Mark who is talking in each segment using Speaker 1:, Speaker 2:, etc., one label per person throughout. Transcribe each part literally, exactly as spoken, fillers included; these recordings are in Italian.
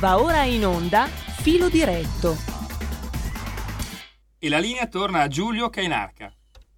Speaker 1: Va ora in onda Filo Diretto.
Speaker 2: E la linea torna a Giulio Cainarca.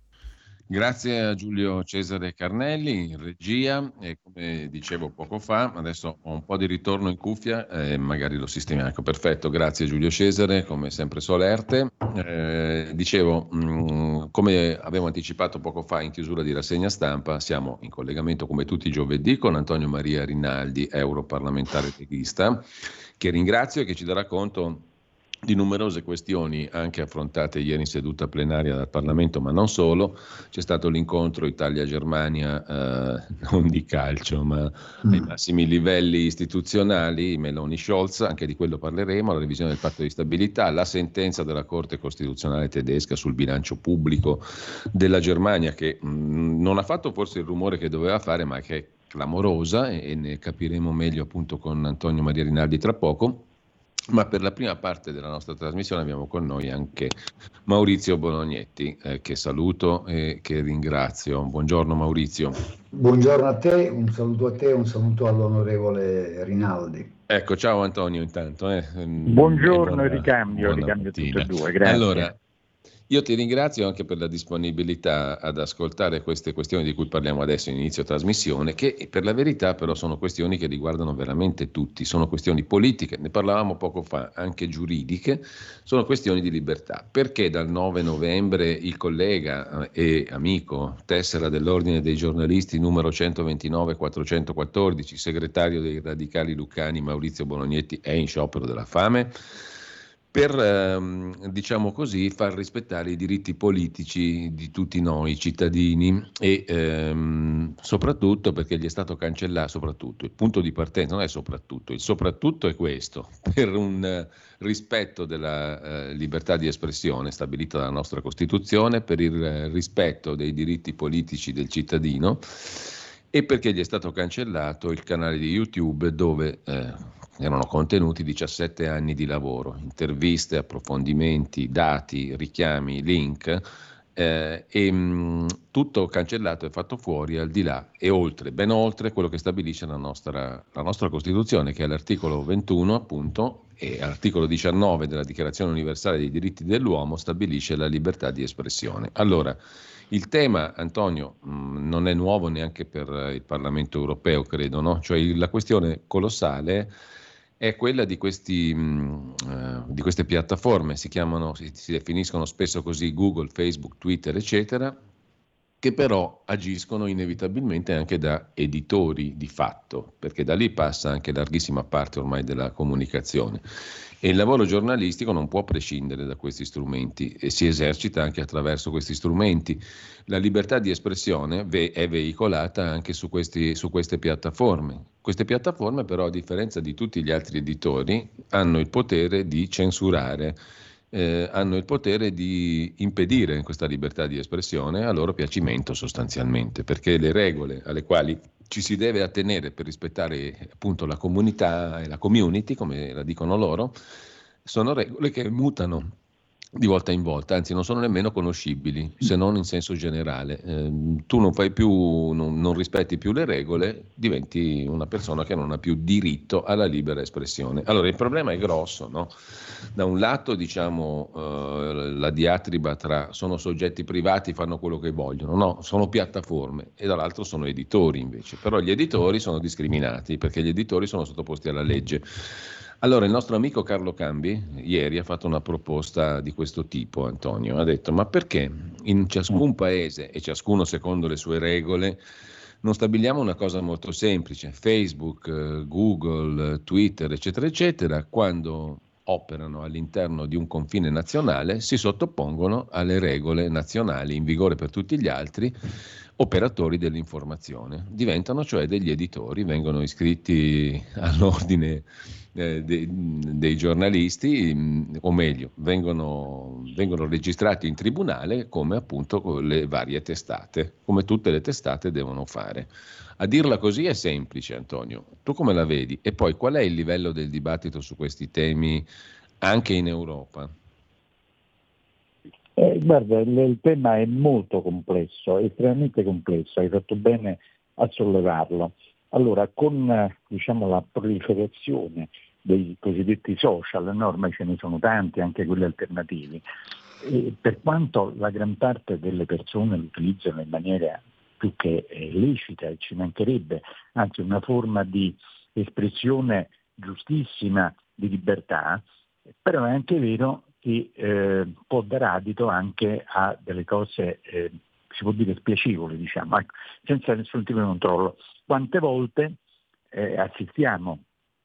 Speaker 3: Grazie a Giulio Cesare Carnelli in regia e come dicevo poco fa, adesso ho un po' di ritorno in cuffia e magari lo sistemiamo. Ecco, perfetto, grazie Giulio Cesare, come sempre solerte. Eh, dicevo, mh, come avevo anticipato poco fa in chiusura di rassegna stampa, siamo in collegamento come tutti i giovedì con Antonio Maria Rinaldi, europarlamentare leghista, che ringrazio e che ci darà conto di numerose questioni anche affrontate ieri in seduta plenaria dal Parlamento, ma non solo. C'è stato l'incontro Italia-Germania, eh, non di calcio, ma mm. ai massimi livelli istituzionali, Meloni-Scholz, anche di quello parleremo, la revisione del patto di stabilità, la sentenza della Corte Costituzionale tedesca sul bilancio pubblico della Germania, che mh, non ha fatto forse il rumore che doveva fare, ma che è clamorosa, e, e ne capiremo meglio appunto con Antonio Maria Rinaldi tra poco. Ma per la prima parte della nostra trasmissione abbiamo con noi anche Maurizio Bolognetti, eh, che saluto e che ringrazio. Buongiorno Maurizio.
Speaker 4: Buongiorno a te, un saluto a te e un saluto all'onorevole Rinaldi.
Speaker 3: Ecco, ciao Antonio intanto. Eh.
Speaker 5: Buongiorno, buona, ricambio, ricambio tutte e due, grazie.
Speaker 3: Allora, io ti ringrazio anche per la disponibilità ad ascoltare queste questioni di cui parliamo adesso in inizio trasmissione, che per la verità però sono questioni che riguardano veramente tutti, sono questioni politiche, ne parlavamo poco fa, anche giuridiche, sono questioni di libertà. Perché dal nove novembre il collega e amico, tessera dell'Ordine dei giornalisti numero centoventinove quattrocentoquattordici, segretario dei radicali lucani Maurizio Bolognetti è in sciopero della fame? Per, ehm, diciamo così, far rispettare i diritti politici di tutti noi cittadini e ehm, soprattutto perché gli è stato cancellato, soprattutto, il punto di partenza non è soprattutto, il soprattutto è questo, per un eh, rispetto della eh, libertà di espressione stabilita dalla nostra Costituzione, per il eh, rispetto dei diritti politici del cittadino e perché gli è stato cancellato il canale di YouTube dove eh, erano contenuti diciassette anni di lavoro, interviste, approfondimenti, dati, richiami, link, eh, e mh, tutto cancellato e fatto fuori al di là e oltre, ben oltre quello che stabilisce la nostra, la nostra Costituzione, che è l'articolo ventuno appunto e l'articolo diciannove della Dichiarazione Universale dei Diritti dell'Uomo stabilisce la libertà di espressione. Allora, il tema, Antonio, mh, non è nuovo neanche per il Parlamento europeo, credo, no? Cioè la questione colossale è quella di, questi, mh, uh, di queste piattaforme, si chiamano, si, si definiscono spesso così Google, Facebook, Twitter, eccetera, che però agiscono inevitabilmente anche da editori di fatto, perché da lì passa anche larghissima parte ormai della comunicazione. E il lavoro giornalistico non può prescindere da questi strumenti e si esercita anche attraverso questi strumenti. La libertà di espressione ve- è veicolata anche su, questi, su queste piattaforme. Queste piattaforme però, a differenza di tutti gli altri editori, hanno il potere di censurare, eh, hanno il potere di impedire questa libertà di espressione a loro piacimento sostanzialmente, perché le regole alle quali ci si deve attenere per rispettare appunto la comunità e la community, come la dicono loro, sono regole che mutano di volta in volta, anzi non sono nemmeno conoscibili, se non in senso generale. Eh, tu non fai più, non, non rispetti più le regole, diventi una persona che non ha più diritto alla libera espressione. Allora il problema è grosso, no? Da un lato, diciamo, eh, la diatriba tra sono soggetti privati, fanno quello che vogliono, no, sono piattaforme, e dall'altro sono editori invece. Però gli editori sono discriminati perché gli editori sono sottoposti alla legge. Allora il nostro amico Carlo Cambi ieri ha fatto una proposta di questo tipo, Antonio, ha detto: ma perché in ciascun paese, e ciascuno secondo le sue regole, non stabiliamo una cosa molto semplice? Facebook, Google, Twitter, eccetera, eccetera, quando operano all'interno di un confine nazionale, si sottopongono alle regole nazionali in vigore per tutti gli altri operatori dell'informazione. Diventano cioè degli editori, vengono iscritti all'ordine eh, de, dei giornalisti, mh, o meglio, vengono, vengono registrati in tribunale come appunto le varie testate, come tutte le testate devono fare. A dirla così è semplice, Antonio. Tu come la vedi? E poi qual è il livello del dibattito su questi temi anche in Europa?
Speaker 5: Eh, guarda, il, il tema è molto complesso, estremamente complesso, hai fatto bene a sollevarlo. Allora, con diciamo, la proliferazione dei cosiddetti social, no? Ormai ce ne sono tanti, anche quelli alternativi. E per quanto la gran parte delle persone lo utilizzano in maniera più che eh, lecita, e ci mancherebbe, anzi una forma di espressione giustissima di libertà, però è anche vero che eh, può dare adito anche a delle cose, eh, si può dire spiacevoli, diciamo, ecco, senza nessun tipo di controllo. Quante volte eh, assistiamo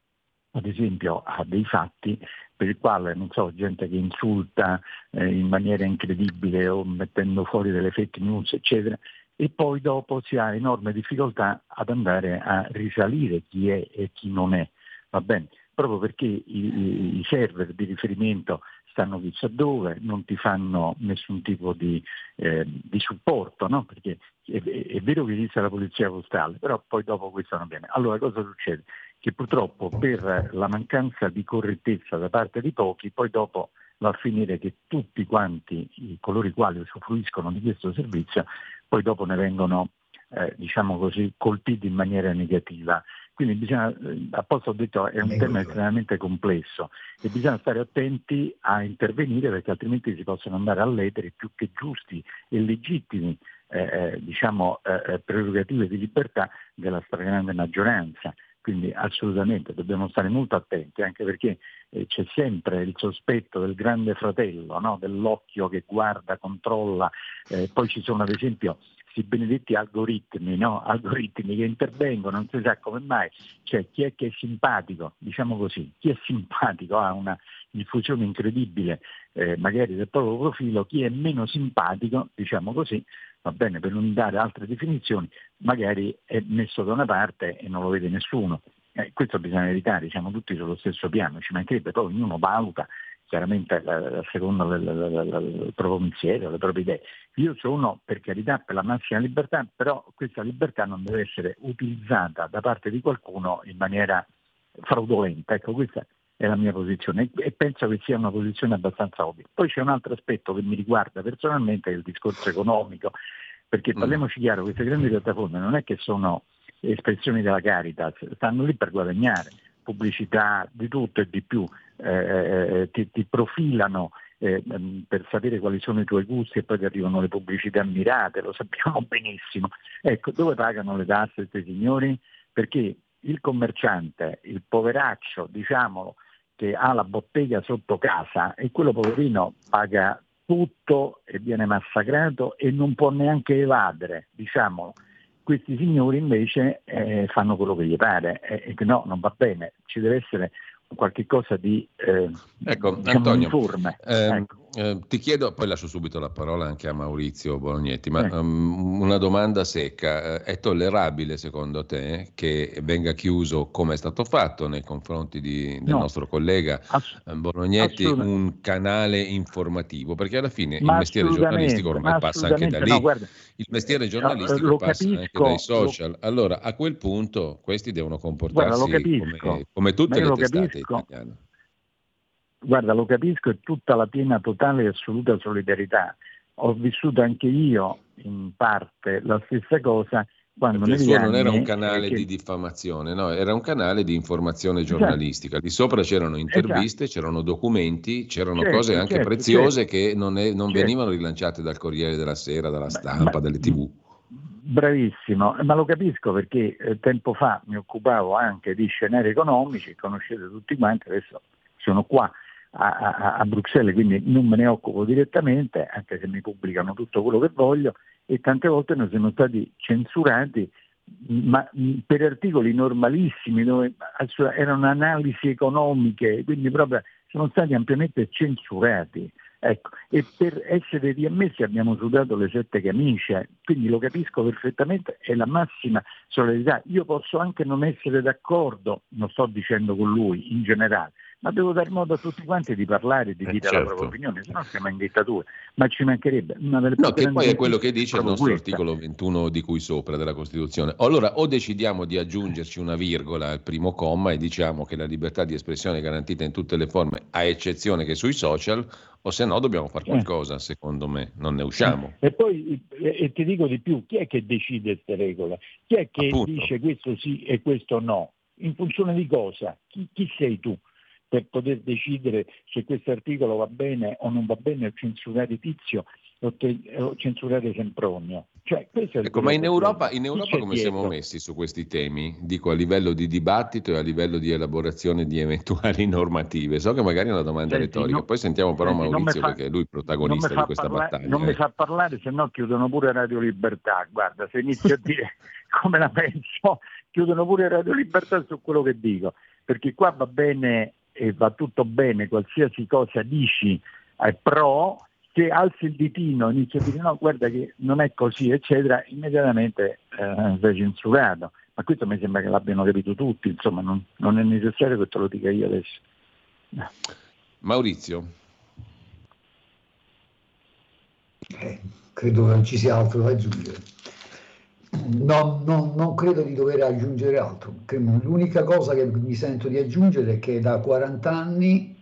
Speaker 5: ad esempio a dei fatti per il quale, non so, gente che insulta eh, in maniera incredibile o mettendo fuori delle fake news, eccetera, e poi dopo si ha enorme difficoltà ad andare a risalire chi è e chi non è, va bene? Proprio perché i, i server di riferimento stanno chissà dove, non ti fanno nessun tipo di, eh, di supporto, no? Perché è, è vero che esiste la polizia postale, però poi dopo questo non viene. Allora cosa succede? Che purtroppo per la mancanza di correttezza da parte di pochi, poi dopo va a finire che tutti quanti i, coloro i quali usufruiscono di questo servizio, poi dopo ne vengono, eh, diciamo così, colpiti in maniera negativa. Quindi bisogna, apposta ho detto, è un tema estremamente complesso e bisogna stare attenti a intervenire, perché altrimenti si possono andare a ledere più che giusti e legittimi eh, diciamo, eh, prerogative di libertà della stragrande maggioranza. Quindi assolutamente dobbiamo stare molto attenti, anche perché eh, c'è sempre il sospetto del grande fratello, no? Dell'occhio che guarda, controlla, eh, poi ci sono ad esempio questi benedetti algoritmi, no? Algoritmi che intervengono, non si sa come mai, cioè chi è che è simpatico, diciamo così, chi è simpatico ha una diffusione incredibile eh, magari del proprio profilo, chi è meno simpatico, diciamo così, va bene, per non dare altre definizioni, magari è messo da una parte e non lo vede nessuno. Eh, questo bisogna evitare, siamo tutti sullo stesso piano, ci mancherebbe, poi ognuno valuta chiaramente eh, secondo le, le, le, le, il proprio pensiero, le proprie idee. Io sono, per carità, per la massima libertà, però questa libertà non deve essere utilizzata da parte di qualcuno in maniera fraudolenta. Ecco, questa è la mia posizione e penso che sia una posizione abbastanza ovvia. Poi c'è un altro aspetto che mi riguarda personalmente, che è il discorso economico, perché parliamoci chiaro, queste grandi piattaforme non è che sono espressioni della Caritas, stanno lì per guadagnare, pubblicità di tutto e di più, eh, ti, ti profilano eh, per sapere quali sono i tuoi gusti e poi ti arrivano le pubblicità mirate, lo sappiamo benissimo. Ecco, dove pagano le tasse questi signori? Perché il commerciante, il poveraccio, diciamolo, che ha la bottega sotto casa, e quello poverino paga tutto e viene massacrato e non può neanche evadere, diciamolo. Questi signori invece eh, fanno quello che gli pare e eh, no, non va bene, ci deve essere qualche cosa di eh,
Speaker 3: ecco,
Speaker 5: diciamo,
Speaker 3: Antonio,
Speaker 5: uniforme.
Speaker 3: ehm,
Speaker 5: Ecco.
Speaker 3: eh, ti chiedo, poi lascio subito la parola anche a Maurizio Bolognetti, ma
Speaker 5: Eh.
Speaker 3: um, una domanda secca: è tollerabile secondo te che venga chiuso, come è stato fatto nei confronti di, del
Speaker 5: No.
Speaker 3: nostro collega
Speaker 5: Ass-
Speaker 3: Bolognetti, un canale informativo? Perché alla fine il
Speaker 5: ma
Speaker 3: mestiere giornalistico ormai passa anche da lì,
Speaker 5: no, guarda,
Speaker 3: il mestiere
Speaker 5: eh,
Speaker 3: giornalistico
Speaker 5: lo
Speaker 3: passa
Speaker 5: capisco,
Speaker 3: anche dai
Speaker 5: lo-
Speaker 3: social. Allora a quel punto questi devono
Speaker 5: Guarda,
Speaker 3: comportarsi
Speaker 5: lo capisco,
Speaker 3: come, come
Speaker 5: ma
Speaker 3: tutte
Speaker 5: io
Speaker 3: le
Speaker 5: lo
Speaker 3: testate
Speaker 5: capisco.
Speaker 3: italiane.
Speaker 5: Guarda, lo capisco, è tutta la piena, totale e assoluta solidarietà. Ho vissuto anche io in parte la stessa cosa quando
Speaker 3: Perché il
Speaker 5: negli
Speaker 3: suo
Speaker 5: anni...
Speaker 3: non era un
Speaker 5: eh,
Speaker 3: canale
Speaker 5: che...
Speaker 3: di diffamazione, no, era un canale di informazione
Speaker 5: Esatto.
Speaker 3: giornalistica. Di sopra c'erano interviste,
Speaker 5: Esatto.
Speaker 3: c'erano documenti, c'erano
Speaker 5: Certo,
Speaker 3: cose anche
Speaker 5: certo,
Speaker 3: preziose
Speaker 5: certo,
Speaker 3: che non, è- non
Speaker 5: certo.
Speaker 3: venivano rilanciate dal Corriere della Sera, dalla
Speaker 5: Ma-
Speaker 3: Stampa,
Speaker 5: ma-
Speaker 3: dalle tivù.
Speaker 5: Bravissimo, ma lo capisco perché eh, tempo fa mi occupavo anche di scenari economici, conoscete tutti quanti, adesso sono qua a, a, a Bruxelles, quindi non me ne occupo direttamente, anche se mi pubblicano tutto quello che voglio, e tante volte noi siamo stati censurati, ma per articoli normalissimi dove erano analisi economiche, quindi proprio sono stati ampiamente censurati. Ecco, e per essere riammessi abbiamo sudato le sette camicie, quindi lo capisco perfettamente, è la massima solidarietà. Io posso anche non essere d'accordo, non sto dicendo con lui in generale, ma devo dar modo a tutti quanti di parlare e di
Speaker 3: Eh,
Speaker 5: dire
Speaker 3: certo.
Speaker 5: la propria opinione, se no siamo in dittatura, ma ci mancherebbe una delle
Speaker 3: No,
Speaker 5: più
Speaker 3: che
Speaker 5: grandi
Speaker 3: poi è quello che
Speaker 5: conquiste
Speaker 3: dice il
Speaker 5: proprio
Speaker 3: nostro
Speaker 5: questa.
Speaker 3: articolo ventuno di cui sopra della Costituzione. Allora o decidiamo di aggiungerci una virgola al primo comma e diciamo che la libertà di espressione è garantita in tutte le forme, a eccezione che sui social, o se no dobbiamo fare qualcosa, secondo me, non ne usciamo.
Speaker 5: E poi e, e ti dico di più, chi è che decide queste regole? Chi è che
Speaker 3: Appunto.
Speaker 5: dice questo sì e questo no? In funzione di cosa? Chi, chi sei tu per poter decidere se questo articolo va bene o non va bene, o censurare Tizio o, te, o censurare Sempronio? Cioè, questo è
Speaker 3: ecco, ma in Europa, in
Speaker 5: Europa
Speaker 3: come
Speaker 5: dietro?
Speaker 3: siamo messi su questi temi? Dico a livello di dibattito e a livello di elaborazione di eventuali normative. So che magari è una domanda
Speaker 5: Senti,
Speaker 3: retorica,
Speaker 5: no,
Speaker 3: poi sentiamo però
Speaker 5: senti,
Speaker 3: Maurizio
Speaker 5: fa,
Speaker 3: perché è lui il protagonista di questa
Speaker 5: parla-
Speaker 3: battaglia.
Speaker 5: Non
Speaker 3: eh.
Speaker 5: mi fa parlare, se no chiudono pure Radio Libertà. Guarda, se inizio a dire come la penso, chiudono pure Radio Libertà su quello che dico, perché qua va bene e va tutto bene, qualsiasi cosa dici è pro, se alzi il ditino e inizi a dire no, guarda che non è così, eccetera, immediatamente eh, sei censurato. Ma questo mi sembra che l'abbiano capito tutti, insomma, non, non è necessario che te lo dica io adesso. No.
Speaker 3: Maurizio?
Speaker 4: Eh, credo che non ci sia altro da aggiungere. No, no, non credo di dover aggiungere altro. L'unica cosa che mi sento di aggiungere è che da quaranta anni,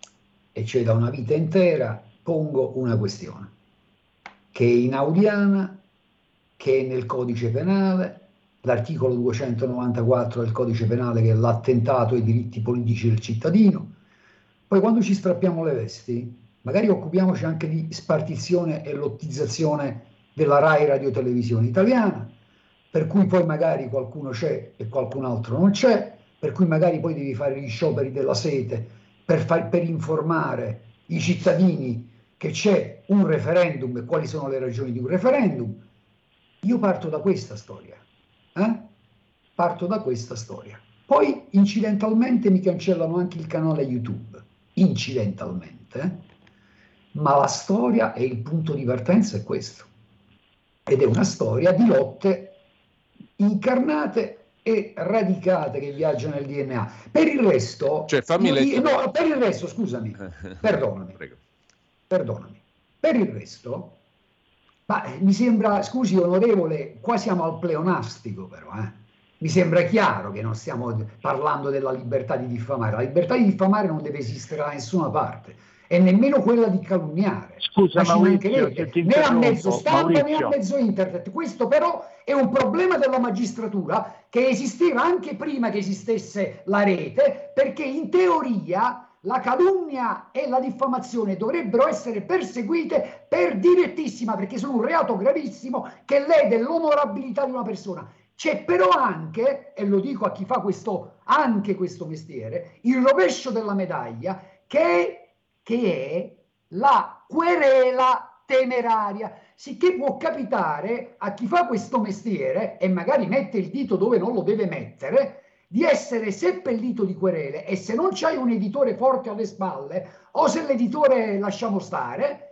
Speaker 4: e cioè da una vita intera, pongo una questione che è inaudiana, che è nel codice penale, l'articolo duecentonovantaquattro del codice penale, che è l'attentato ai diritti politici del cittadino. Poi quando ci strappiamo le vesti, magari occupiamoci anche di spartizione e lottizzazione della Rai Radio Televisione Italiana, per cui poi magari qualcuno c'è e qualcun altro non c'è, per cui magari poi devi fare gli scioperi della sete per, far, per informare i cittadini che c'è un referendum e quali sono le ragioni di un referendum. Io parto da questa storia, eh? Parto da questa storia. Poi incidentalmente mi cancellano anche il canale YouTube, incidentalmente, eh? Ma la storia e il punto di partenza è questo, ed è una storia di lotte incarnate e radicate che viaggiano nel D N A. Per il resto,
Speaker 3: cioè, fammi
Speaker 4: io,
Speaker 3: leggere...
Speaker 4: no, per il resto, scusami, perdonami,
Speaker 3: Prego.
Speaker 4: perdonami, per il resto, ma mi sembra, scusi onorevole, qua siamo al pleonastico però, eh. Mi sembra chiaro che non stiamo parlando della libertà di diffamare. La libertà di diffamare non deve esistere da nessuna parte, e nemmeno quella di calunniare.
Speaker 5: Scusa Maurizio, se ti
Speaker 4: né a mezzo
Speaker 5: interrompo,
Speaker 4: stampa
Speaker 5: Maurizio.
Speaker 4: né a mezzo internet. Questo però è un problema della magistratura che esisteva anche prima che esistesse la rete, perché in teoria la calunnia e la diffamazione dovrebbero essere perseguite per direttissima, perché sono un reato gravissimo che lede l'onorabilità di una persona. C'è però anche, e lo dico a chi fa questo, anche questo mestiere, il rovescio della medaglia, che, che è la querela temeraria, sicché può capitare a chi fa questo mestiere e magari mette il dito dove non lo deve mettere, di essere seppellito di querele, e se non c'hai un editore forte alle spalle, o se l'editore lasciamo stare,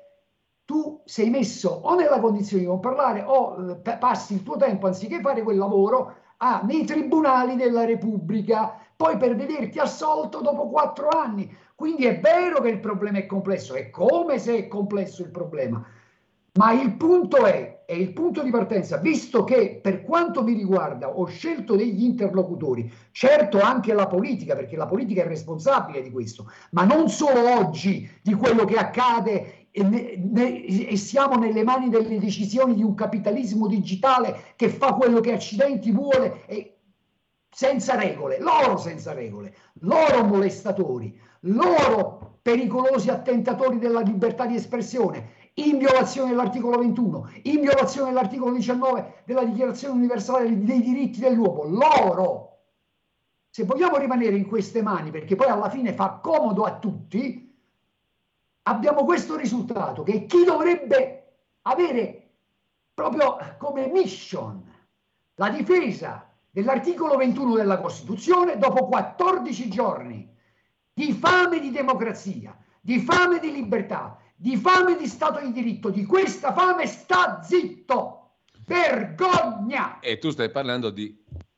Speaker 4: tu sei messo o nella condizione di non parlare o eh, passi il tuo tempo, anziché fare quel lavoro, a, nei tribunali della Repubblica, poi per vederti assolto dopo quattro anni. Quindi è vero che il problema è complesso, è come se è complesso il problema, ma il punto è, è il punto di partenza, visto che per quanto mi riguarda ho scelto degli interlocutori, certo anche la politica, perché la politica è responsabile di questo, ma non solo oggi di quello che accade e, ne, ne, e siamo nelle mani delle decisioni di un capitalismo digitale che fa quello che accidenti vuole e senza regole, loro senza regole, loro molestatori, loro pericolosi attentatori della libertà di espressione, in violazione dell'articolo ventuno, in violazione dell'articolo diciannove della Dichiarazione Universale dei Diritti dell'Uomo, loro. Se vogliamo rimanere in queste mani, perché poi alla fine fa comodo a tutti, abbiamo questo risultato, che chi dovrebbe avere proprio come mission la difesa dell'articolo ventuno della Costituzione, dopo quattordici giorni di fame di democrazia, di fame di libertà, di fame di Stato di diritto, di questa fame sta zitto. Vergogna!
Speaker 3: E tu stai parlando di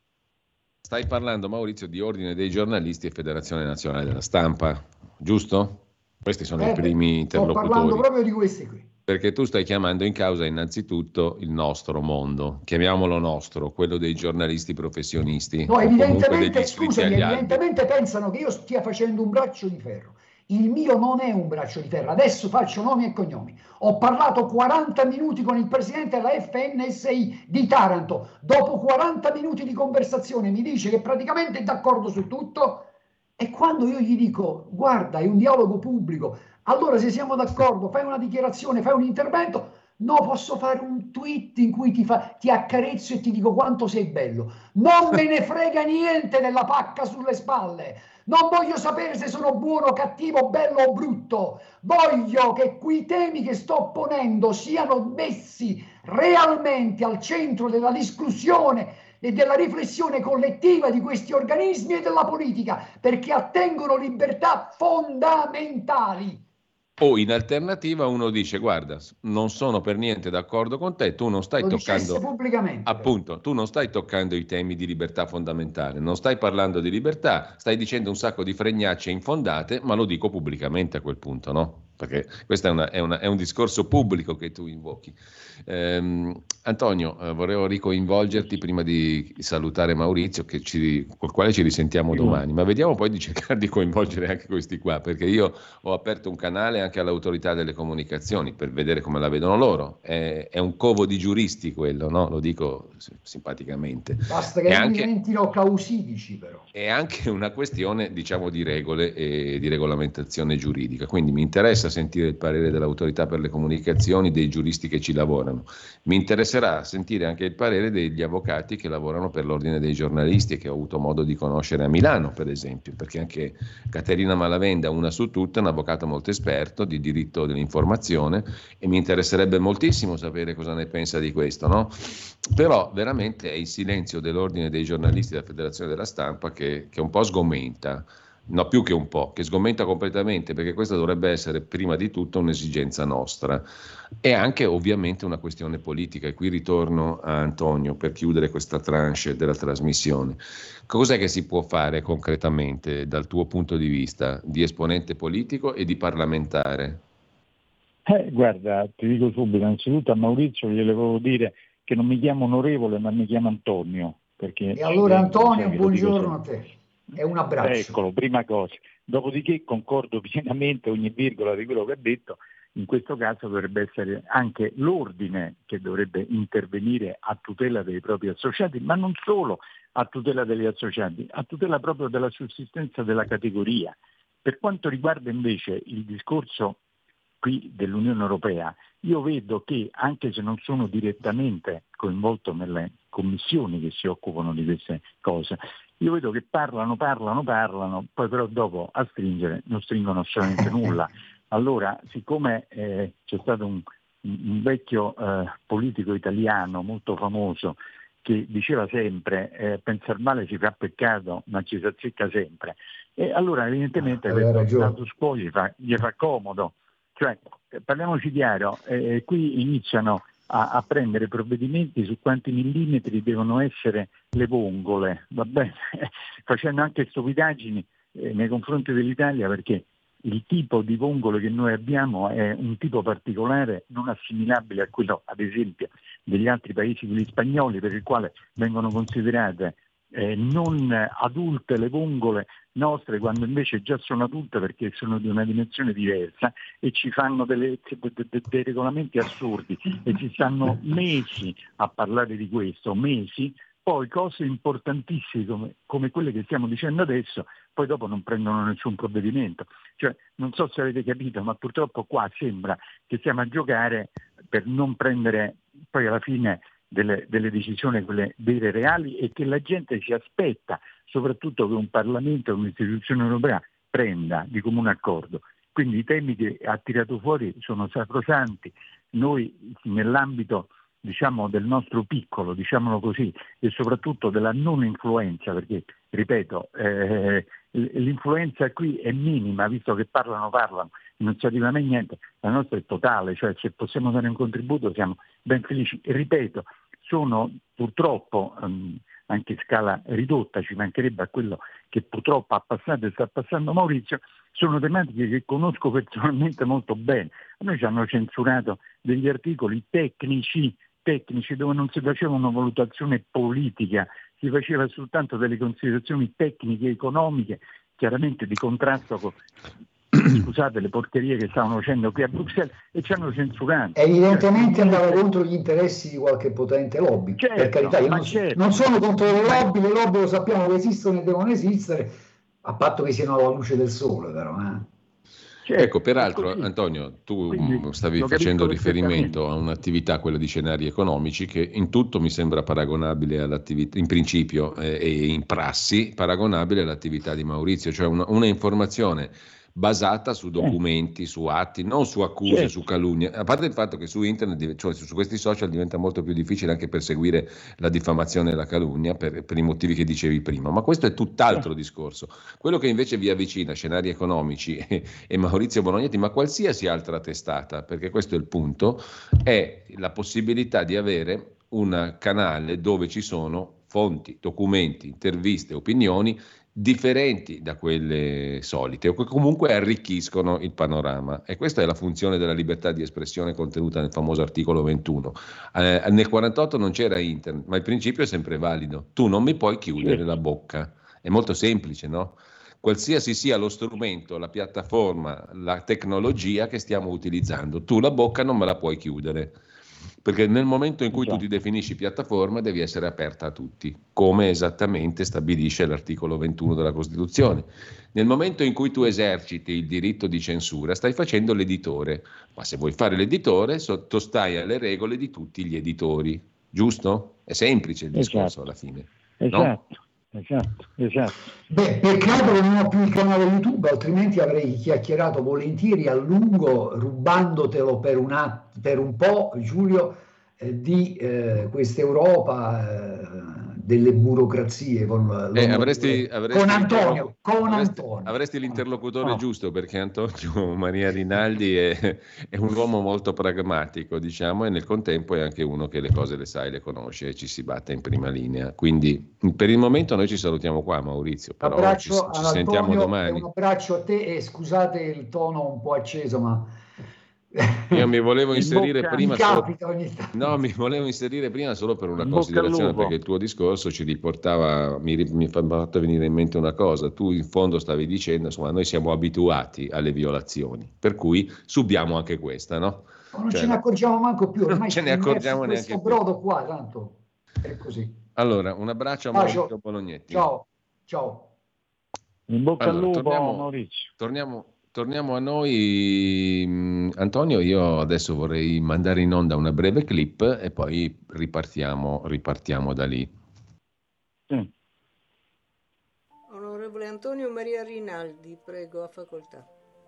Speaker 3: stai parlando Maurizio di Ordine dei Giornalisti e Federazione Nazionale della Stampa, giusto? Questi sono eh, i primi interlocutori.
Speaker 4: Sto parlando proprio di questi qui.
Speaker 3: Perché tu stai chiamando in causa innanzitutto il nostro mondo, chiamiamolo nostro, quello dei giornalisti professionisti.
Speaker 4: No, evidentemente, scusami, evidentemente pensano che io stia facendo un braccio di ferro. Il mio non è un braccio di ferro. Adesso faccio nomi e cognomi. Ho parlato quaranta minuti con il presidente della F N S I di Taranto. Dopo quaranta minuti di conversazione mi dice che praticamente è d'accordo su tutto. E quando io gli dico, guarda, è un dialogo pubblico, allora se siamo d'accordo, fai una dichiarazione, fai un intervento. No, posso fare un tweet in cui ti, fa, ti accarezzo e ti dico quanto sei bello. Non me ne frega niente della pacca sulle spalle. Non voglio sapere se sono buono, cattivo, bello o brutto. Voglio che quei temi che sto ponendo siano messi realmente al centro della discussione e della riflessione collettiva di questi organismi e della politica, perché attengono libertà fondamentali.
Speaker 3: O in alternativa uno dice, guarda, non sono per niente d'accordo con te, tu non stai
Speaker 4: Lo
Speaker 3: toccando,
Speaker 4: pubblicamente,
Speaker 3: appunto, tu non stai toccando i temi di libertà fondamentale, non stai parlando di libertà, stai dicendo un sacco di fregnacce infondate, ma lo dico pubblicamente a quel punto, no? Perché questo è, una, è, una, è un discorso pubblico che tu invochi. Ehm, Antonio, eh, vorrei ricoinvolgerti prima di salutare Maurizio, che ci, col quale ci risentiamo domani, ma vediamo poi di cercare di coinvolgere anche questi qua, perché io ho aperto un canale anche all'autorità delle comunicazioni per vedere come la vedono loro. È, è un covo di giuristi quello, no? Lo dico simpaticamente.
Speaker 4: Basta che non diventino causidici, però.
Speaker 3: È anche una questione, diciamo, di regole e di regolamentazione giuridica, quindi mi interessa sentire il parere dell'autorità per le comunicazioni, dei giuristi che ci lavorano. Mi interesserà sentire anche il parere degli avvocati che lavorano per l'ordine dei giornalisti e che ho avuto modo di conoscere a Milano, per esempio, perché anche Caterina Malavenda, una su tutte, è un avvocato molto esperto di diritto dell'informazione e mi interesserebbe moltissimo sapere cosa ne pensa di questo, no? Però veramente è il silenzio dell'ordine dei giornalisti della Federazione della Stampa che, che un po' sgomenta. No, più che un po', che sgomenta completamente, perché questa dovrebbe essere prima di tutto un'esigenza nostra e anche ovviamente una questione politica. E qui ritorno a Antonio per chiudere questa tranche della trasmissione. Cos'è che si può fare concretamente dal tuo punto di vista di esponente politico e di parlamentare?
Speaker 5: Eh, guarda, ti dico subito, innanzitutto a Maurizio gli volevo dire che non mi chiamo onorevole ma mi chiamo Antonio. Perché
Speaker 4: e allora Antonio, buongiorno a te. È un abbraccio.
Speaker 5: Eccolo, prima cosa. Dopodiché concordo pienamente ogni virgola di quello che ha detto. In questo caso dovrebbe essere anche l'ordine che dovrebbe intervenire a tutela dei propri associati, ma non solo a tutela degli associati, a tutela proprio della sussistenza della categoria. Per quanto riguarda invece il discorso qui dell'Unione Europea, io vedo che anche se non sono direttamente coinvolto nelle commissioni che si occupano di queste cose, io vedo che parlano, parlano, parlano, poi però dopo a stringere non stringono assolutamente nulla. Allora, siccome eh, c'è stato un, un vecchio eh, politico italiano molto famoso che diceva sempre eh, pensare male si fa peccato ma ci si azzecca sempre, e allora evidentemente
Speaker 4: ah,
Speaker 5: questo status quo gli fa, gli fa comodo. Cioè, parliamoci chiaro, eh, qui iniziano a, a prendere provvedimenti su quanti millimetri devono essere le vongole, va bene? Facendo anche stupidaggini eh, nei confronti dell'Italia, perché il tipo di vongole che noi abbiamo è un tipo particolare, non assimilabile a quello, ad esempio, degli altri paesi, quelli spagnoli, per il quale vengono considerate eh, non adulte le vongole nostre, quando invece già sono adulte perché sono di una dimensione diversa e ci fanno delle, de, de, dei regolamenti assurdi e ci stanno mesi a parlare di questo, mesi. Poi cose importantissime come, come quelle che stiamo dicendo adesso, poi dopo non prendono nessun provvedimento. Cioè, non so se avete capito, ma purtroppo qua sembra che stiamo a giocare per non prendere poi alla fine delle, delle decisioni, quelle vere e reali, e che la gente si aspetta, soprattutto che un Parlamento, un'istituzione europea prenda di comune accordo. Quindi i temi che ha tirato fuori sono sacrosanti. Noi nell'ambito diciamo del nostro piccolo, diciamolo così, e soprattutto della non influenza, perché ripeto, eh, l'influenza qui è minima, visto che parlano, parlano, non si arriva mai a niente, la nostra è totale, cioè se possiamo dare un contributo siamo ben felici. E ripeto, sono purtroppo um, anche in scala ridotta, ci mancherebbe a quello che purtroppo ha passato e sta passando Maurizio, sono tematiche che conosco personalmente molto bene. A noi ci hanno censurato degli articoli tecnici tecnici dove non si faceva una valutazione politica, si faceva soltanto delle considerazioni tecniche, economiche, chiaramente di contrasto con, scusate, le porcherie che stavano facendo qui a Bruxelles e ci hanno censurato.
Speaker 4: Evidentemente cioè, andava contro gli interessi di qualche potente lobby,
Speaker 5: certo,
Speaker 4: per carità, io non,
Speaker 5: certo.
Speaker 4: non sono contro le lobby, le lobby lo sappiamo che esistono e devono esistere, a patto che siano alla luce del sole, però. Eh.
Speaker 3: Certo, ecco, peraltro Antonio, tu Quindi, stavi facendo riferimento a un'attività, quella di scenari economici, che in tutto mi sembra paragonabile all'attività, in principio eh, e in prassi, paragonabile all'attività di Maurizio, cioè una, una informazione basata su documenti, su atti, non su accuse, certo. su calunnie, a parte il fatto che su internet, cioè su questi social diventa molto più difficile anche perseguire la diffamazione e la calunnia per, per i motivi che dicevi prima, ma questo è tutt'altro certo. discorso. Quello che invece vi avvicina, scenari economici e, e Maurizio Bolognetti, ma qualsiasi altra testata, perché questo è il punto, è la possibilità di avere un canale dove ci sono fonti, documenti, interviste, opinioni differenti da quelle solite o che comunque arricchiscono il panorama, e questa è la funzione della libertà di espressione contenuta nel famoso articolo ventuno. Eh, nel quarantotto non c'era internet, ma il principio è sempre valido: tu non mi puoi chiudere sì. la bocca. È molto semplice, no? Qualsiasi sia lo strumento, la piattaforma, la tecnologia che stiamo utilizzando, tu la bocca non me la puoi chiudere, perché nel momento in cui tu ti definisci piattaforma devi essere aperta a tutti, come esattamente stabilisce l'articolo ventuno della Costituzione. Nel momento in cui tu eserciti il diritto di censura stai facendo l'editore, ma se vuoi fare l'editore sottostai alle regole di tutti gli editori, giusto? È semplice il discorso esatto. alla fine.
Speaker 5: Esatto.
Speaker 3: No?
Speaker 5: Esatto, esatto.
Speaker 4: Beh, peccato che non ho più il canale YouTube, altrimenti avrei chiacchierato volentieri a lungo, rubandotelo per un, att- per un po', Giulio, eh, di eh, questa Europa eh, delle burocrazie con,
Speaker 3: eh, avresti, avresti,
Speaker 4: con Antonio. Con
Speaker 3: avresti,
Speaker 4: Antonio.
Speaker 3: avresti l'interlocutore
Speaker 4: oh.
Speaker 3: giusto, perché Antonio Maria Rinaldi è, è un uomo molto pragmatico, diciamo, e nel contempo è anche uno che le cose le sa e le conosce e ci si batte in prima linea. Quindi per il momento noi ci salutiamo qua, Maurizio, però
Speaker 4: abbraccio
Speaker 3: ci, ci
Speaker 4: Antonio,
Speaker 3: sentiamo domani.
Speaker 4: Un abbraccio a te e scusate il tono un po' acceso, ma
Speaker 3: io mi volevo inserire prima solo...
Speaker 4: ogni
Speaker 3: no, mi volevo inserire prima solo per una considerazione, perché il tuo discorso ci riportava, mi, mi fa fatto venire in mente una cosa. Tu in fondo stavi dicendo, insomma, noi siamo abituati alle violazioni, per cui subiamo anche questa, no?
Speaker 4: non
Speaker 3: cioè,
Speaker 4: ce ne accorgiamo manco più, ormai
Speaker 3: non ce ne accorgiamo neanche
Speaker 4: questo brodo qua, tanto è così.
Speaker 3: Allora, un abbraccio a Maurizio Bolognetti.
Speaker 4: Ciao, ciao.
Speaker 5: In bocca
Speaker 3: allora,
Speaker 5: al lupo,
Speaker 3: torniamo,
Speaker 5: Maurizio.
Speaker 3: Torniamo, torniamo a noi. Antonio, io adesso vorrei mandare in onda una breve clip e poi ripartiamo, ripartiamo da lì.
Speaker 5: Sì.
Speaker 6: Onorevole Antonio Maria Rinaldi, prego, a facoltà.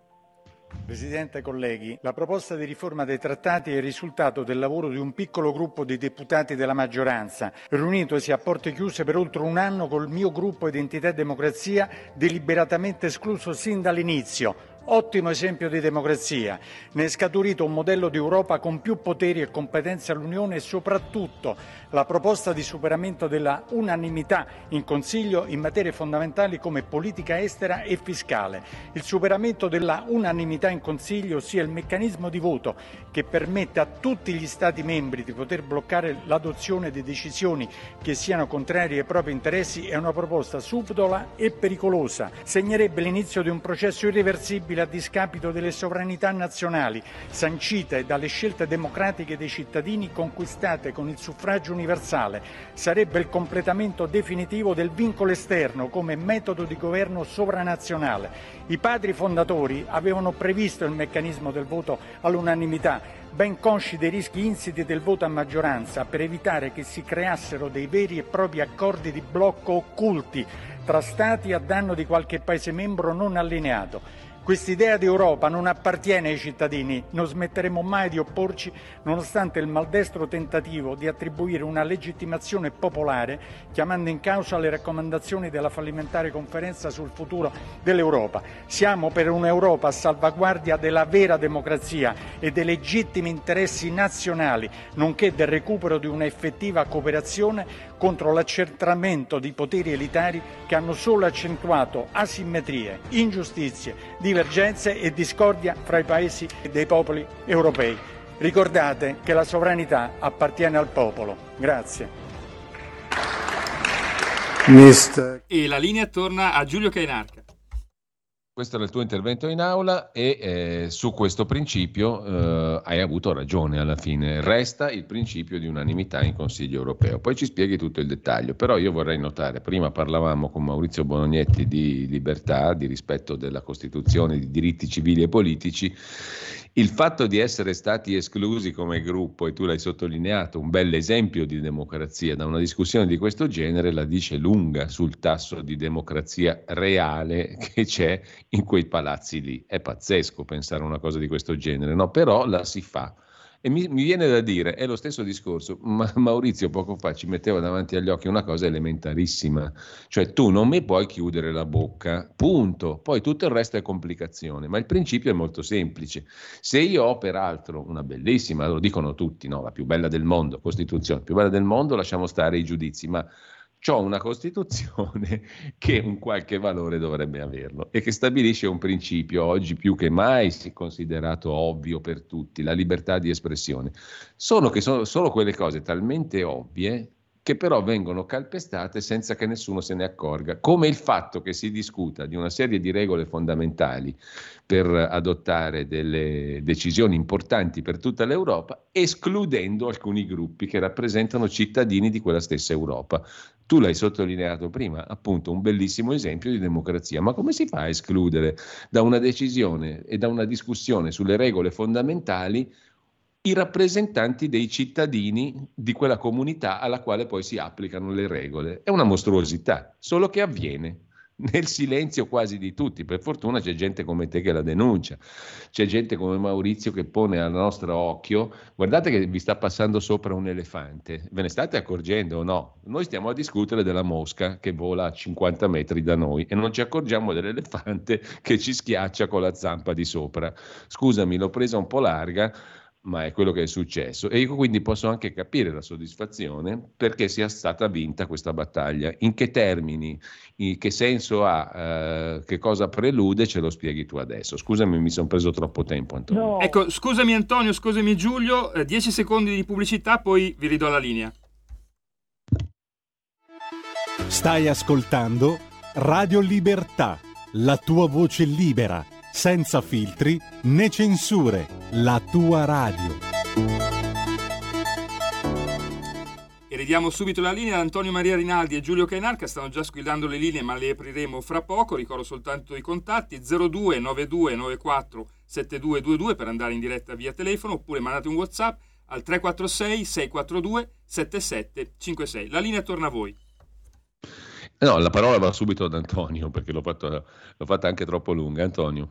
Speaker 7: Presidente, colleghi, la proposta di riforma dei trattati è il risultato del lavoro di un piccolo gruppo di deputati della maggioranza, riunitosi a porte chiuse per oltre un anno col mio gruppo Identità e Democrazia, deliberatamente escluso sin dall'inizio. Ottimo esempio di democrazia. Ne è scaturito un modello di Europa con più poteri e competenze all'Unione e soprattutto la proposta di superamento della unanimità in Consiglio in materie fondamentali come politica estera e fiscale. Il superamento della unanimità in Consiglio, ossia il meccanismo di voto che permette a tutti gli Stati membri di poter bloccare l'adozione di decisioni che siano contrarie ai propri interessi, è una proposta subdola e pericolosa. Segnerebbe l'inizio di un processo irreversibile a discapito delle sovranità nazionali, sancite dalle scelte democratiche dei cittadini conquistate con il suffragio universale. Sarebbe il completamento definitivo del vincolo esterno come metodo di governo sovranazionale. I padri fondatori avevano previsto il meccanismo del voto all'unanimità, ben consci dei rischi insiti del voto a maggioranza, per evitare che si creassero dei veri e propri accordi di blocco occulti tra Stati a danno di qualche Paese membro non allineato. Quest'idea di Europa non appartiene ai cittadini, non smetteremo mai di opporci nonostante il maldestro tentativo di attribuire una legittimazione popolare chiamando in causa le raccomandazioni della fallimentare conferenza sul futuro dell'Europa. Siamo per un'Europa a salvaguardia della vera democrazia e dei legittimi interessi nazionali, nonché del recupero di una effettiva cooperazione contro l'accentramento di poteri elitari che hanno solo accentuato asimmetrie, ingiustizie, divergenze e discordia fra i paesi e dei popoli europei. Ricordate che la sovranità appartiene al popolo. Grazie.
Speaker 2: E la linea torna a Giulio Cainarca.
Speaker 3: Questo era il tuo intervento in aula e eh, su questo principio eh, hai avuto ragione alla fine. Resta il principio di unanimità in Consiglio europeo. Poi ci spieghi tutto il dettaglio. Però io vorrei notare, prima parlavamo con Maurizio Bolognetti di libertà, di rispetto della Costituzione, di diritti civili e politici. Il fatto di essere stati esclusi come gruppo, e tu l'hai sottolineato, un bel esempio di democrazia, da una discussione di questo genere la dice lunga sul tasso di democrazia reale che c'è in quei palazzi lì. È pazzesco pensare a una cosa di questo genere, no? Però la si fa. E mi, mi viene da dire, è lo stesso discorso, ma Maurizio poco fa ci metteva davanti agli occhi una cosa elementarissima, cioè tu non mi puoi chiudere la bocca, punto, poi tutto il resto è complicazione, ma il principio è molto semplice. Se io ho peraltro una bellissima, lo dicono tutti, no, la più bella del mondo, Costituzione, più bella del mondo, lasciamo stare i giudizi, ma c'ho una Costituzione che un qualche valore dovrebbe averlo e che stabilisce un principio oggi più che mai considerato ovvio per tutti, la libertà di espressione. Sono che sono solo quelle cose talmente ovvie che però vengono calpestate senza che nessuno se ne accorga, come il fatto che si discuta di una serie di regole fondamentali per adottare delle decisioni importanti per tutta l'Europa, escludendo alcuni gruppi che rappresentano cittadini di quella stessa Europa. Tu l'hai sottolineato prima, appunto un bellissimo esempio di democrazia, ma come si fa a escludere da una decisione e da una discussione sulle regole fondamentali i rappresentanti dei cittadini di quella comunità alla quale poi si applicano le regole? È una mostruosità, solo che avviene nel silenzio quasi di tutti. Per fortuna c'è gente come te che la denuncia, c'è gente come Maurizio che pone al nostro occhio: guardate che vi sta passando sopra un elefante, ve ne state accorgendo o no? Noi stiamo a discutere della mosca che vola a cinquanta metri da noi e non ci accorgiamo dell'elefante che ci schiaccia con la zampa di sopra. Scusami, l'ho presa un po' larga, ma è quello che è successo, e io quindi posso anche capire la soddisfazione perché sia stata vinta questa battaglia. In che termini, in che senso ha, eh, che cosa prelude, ce lo spieghi tu adesso. Scusami, mi sono preso troppo tempo, Antonio.
Speaker 2: No. Ecco, scusami Antonio, scusami Giulio, eh, dieci secondi di pubblicità, poi vi ridò la linea.
Speaker 8: Stai ascoltando Radio Libertà, la tua voce libera, senza filtri né censure, la tua radio.
Speaker 2: E ridiamo subito la linea ad Antonio Maria Rinaldi e Giulio Cainarca. Stanno già squillando le linee, ma le apriremo fra poco. Ricordo soltanto i contatti: zero due nove due nove quattro sette due due due per andare in diretta via telefono, oppure mandate un WhatsApp al tre quattro sei sei quattro due sette sette cinque sei. La linea torna a voi.
Speaker 3: No, la parola va subito ad Antonio, perché l'ho, fatto, l'ho fatta anche troppo lunga. Antonio.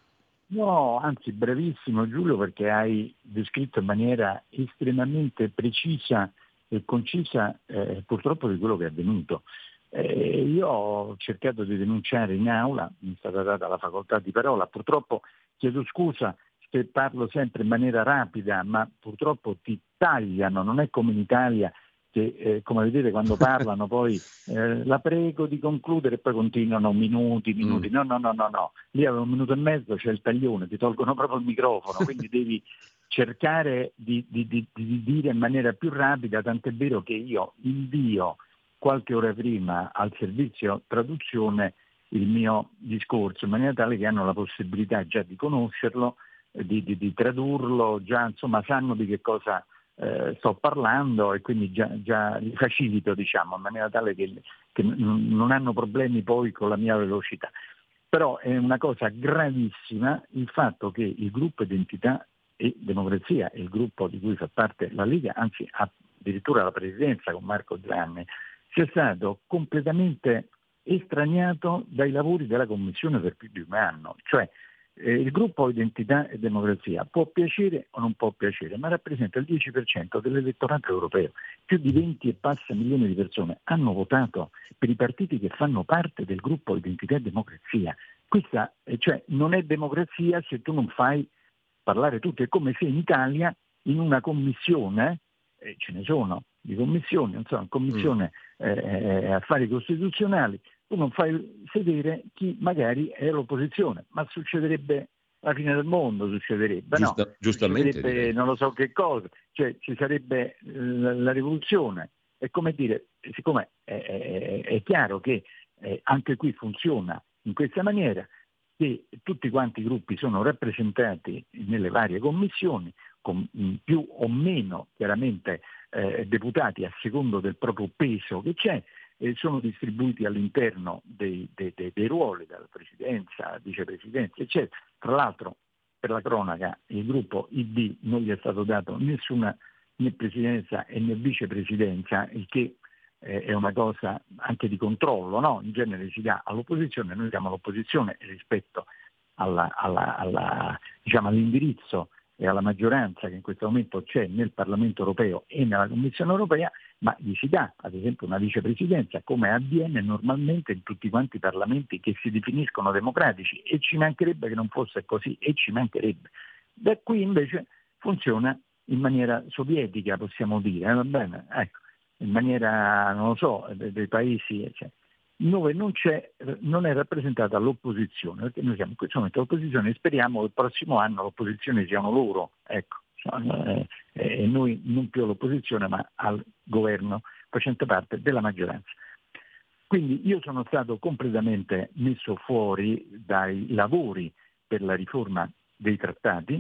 Speaker 5: No, anzi brevissimo Giulio, perché hai descritto in maniera estremamente precisa e concisa eh, purtroppo di quello che è avvenuto. Eh, io ho cercato di denunciare in aula, mi è stata data la facoltà di parola, purtroppo chiedo scusa se parlo sempre in maniera rapida, ma purtroppo ti tagliano, non è come in Italia che eh, come vedete quando parlano poi eh, la prego di concludere e poi continuano minuti, minuti, mm. no, no, no, no, no, lì avevo un minuto e mezzo, c'è il taglione, ti tolgono proprio il microfono, quindi devi cercare di, di, di, di dire in maniera più rapida, tant'è vero che io invio qualche ora prima al servizio traduzione il mio discorso, in maniera tale che hanno la possibilità già di conoscerlo, di, di, di tradurlo, già insomma sanno di che cosa Eh, sto parlando, e quindi già, già li facilito, diciamo, in maniera tale che, che n- non hanno problemi poi con la mia velocità. Però è una cosa gravissima il fatto che il gruppo Identità e Democrazia, il gruppo di cui fa parte la Lega, anzi addirittura la presidenza con Marco Zanni, sia stato completamente estraniato dai lavori della Commissione per più di un anno. Cioè Eh, il gruppo Identità e Democrazia può piacere o non può piacere, ma rappresenta il dieci per cento dell'elettorato europeo. Più di venti e passa milioni di persone hanno votato per i partiti che fanno parte del gruppo Identità e Democrazia. Questa eh, cioè, non è democrazia se tu non fai parlare tutti. È come se in Italia in una commissione, eh, ce ne sono di commissioni, non so, commissione eh, affari costituzionali, tu non fai sedere chi magari è l'opposizione, ma succederebbe la fine del mondo, succederebbe, Giusta, no?
Speaker 3: Giustamente.
Speaker 5: Succederebbe non lo so che cosa, cioè ci sarebbe la, la rivoluzione. È come dire, siccome è, è, è chiaro che eh, anche qui funziona in questa maniera, che tutti quanti i gruppi sono rappresentati nelle varie commissioni, con più o meno chiaramente eh, deputati a secondo del proprio peso che c'è, e sono distribuiti all'interno dei, dei, dei, dei ruoli, dalla presidenza, vicepresidenza, eccetera. Tra l'altro, per la cronaca, il gruppo I D non gli è stato dato nessuna né presidenza e né vicepresidenza, il che eh, è una cosa anche di controllo, no? In genere si dà all'opposizione, noi diamo all'opposizione rispetto alla, alla, alla, diciamo, all'indirizzo e alla maggioranza che in questo momento c'è nel Parlamento europeo e nella Commissione europea, ma gli si dà ad esempio una vicepresidenza, come avviene normalmente in tutti quanti i parlamenti che si definiscono democratici, e ci mancherebbe che non fosse così, e ci mancherebbe. Da qui invece funziona in maniera sovietica, possiamo dire, eh, va bene? Ecco, in maniera, non lo so, dei, dei paesi, eccetera, dove non c'è, non è rappresentata l'opposizione, perché noi siamo in questo momento l'opposizione e speriamo che il prossimo anno l'opposizione siano loro, ecco, e eh, eh, noi non più all'opposizione ma al governo facente parte della maggioranza. Quindi io sono stato completamente messo fuori dai lavori per la riforma dei trattati,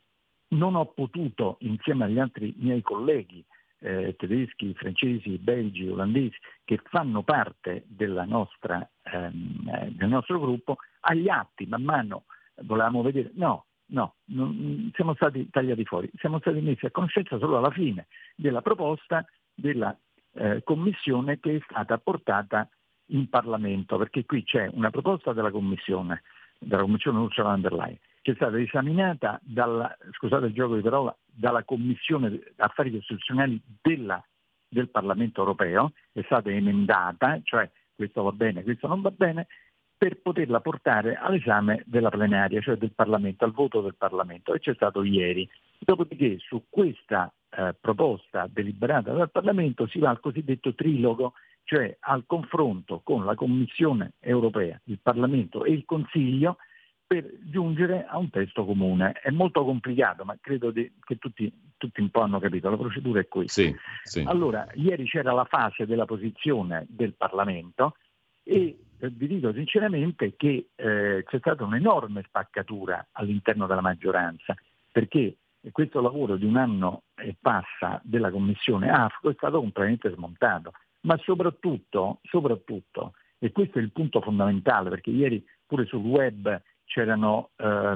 Speaker 5: non ho potuto insieme agli altri miei colleghi Eh, tedeschi, francesi, belgi, olandesi, che fanno parte della nostra, ehm, eh, del nostro gruppo, agli atti man mano volevamo vedere, no, no, non, siamo stati tagliati fuori, siamo stati messi a conoscenza solo alla fine della proposta della eh, commissione che è stata portata in Parlamento, perché qui c'è una proposta della commissione, della commissione Ursula von der Leyen, che è stata esaminata dalla, scusate il gioco di parola, dalla Commissione Affari Costituzionali della, del Parlamento Europeo, è stata emendata, cioè questo va bene, questo non va bene, per poterla portare all'esame della plenaria, cioè del Parlamento, al voto del Parlamento, e c'è stato ieri. Dopodiché su questa eh, proposta deliberata dal Parlamento si va al cosiddetto trilogo, cioè al confronto con la Commissione Europea, il Parlamento e il Consiglio, per giungere a un testo comune. È molto complicato, ma credo di, che tutti, tutti un po' hanno capito, la procedura è questa.
Speaker 3: Sì, sì.
Speaker 5: Allora, ieri c'era la fase della posizione del Parlamento e eh, vi dico sinceramente che eh, c'è stata un'enorme spaccatura all'interno della maggioranza, perché questo lavoro di un anno e passa della Commissione AFCO è stato completamente smontato, ma soprattutto, soprattutto, e questo è il punto fondamentale, perché ieri pure sul web c'erano,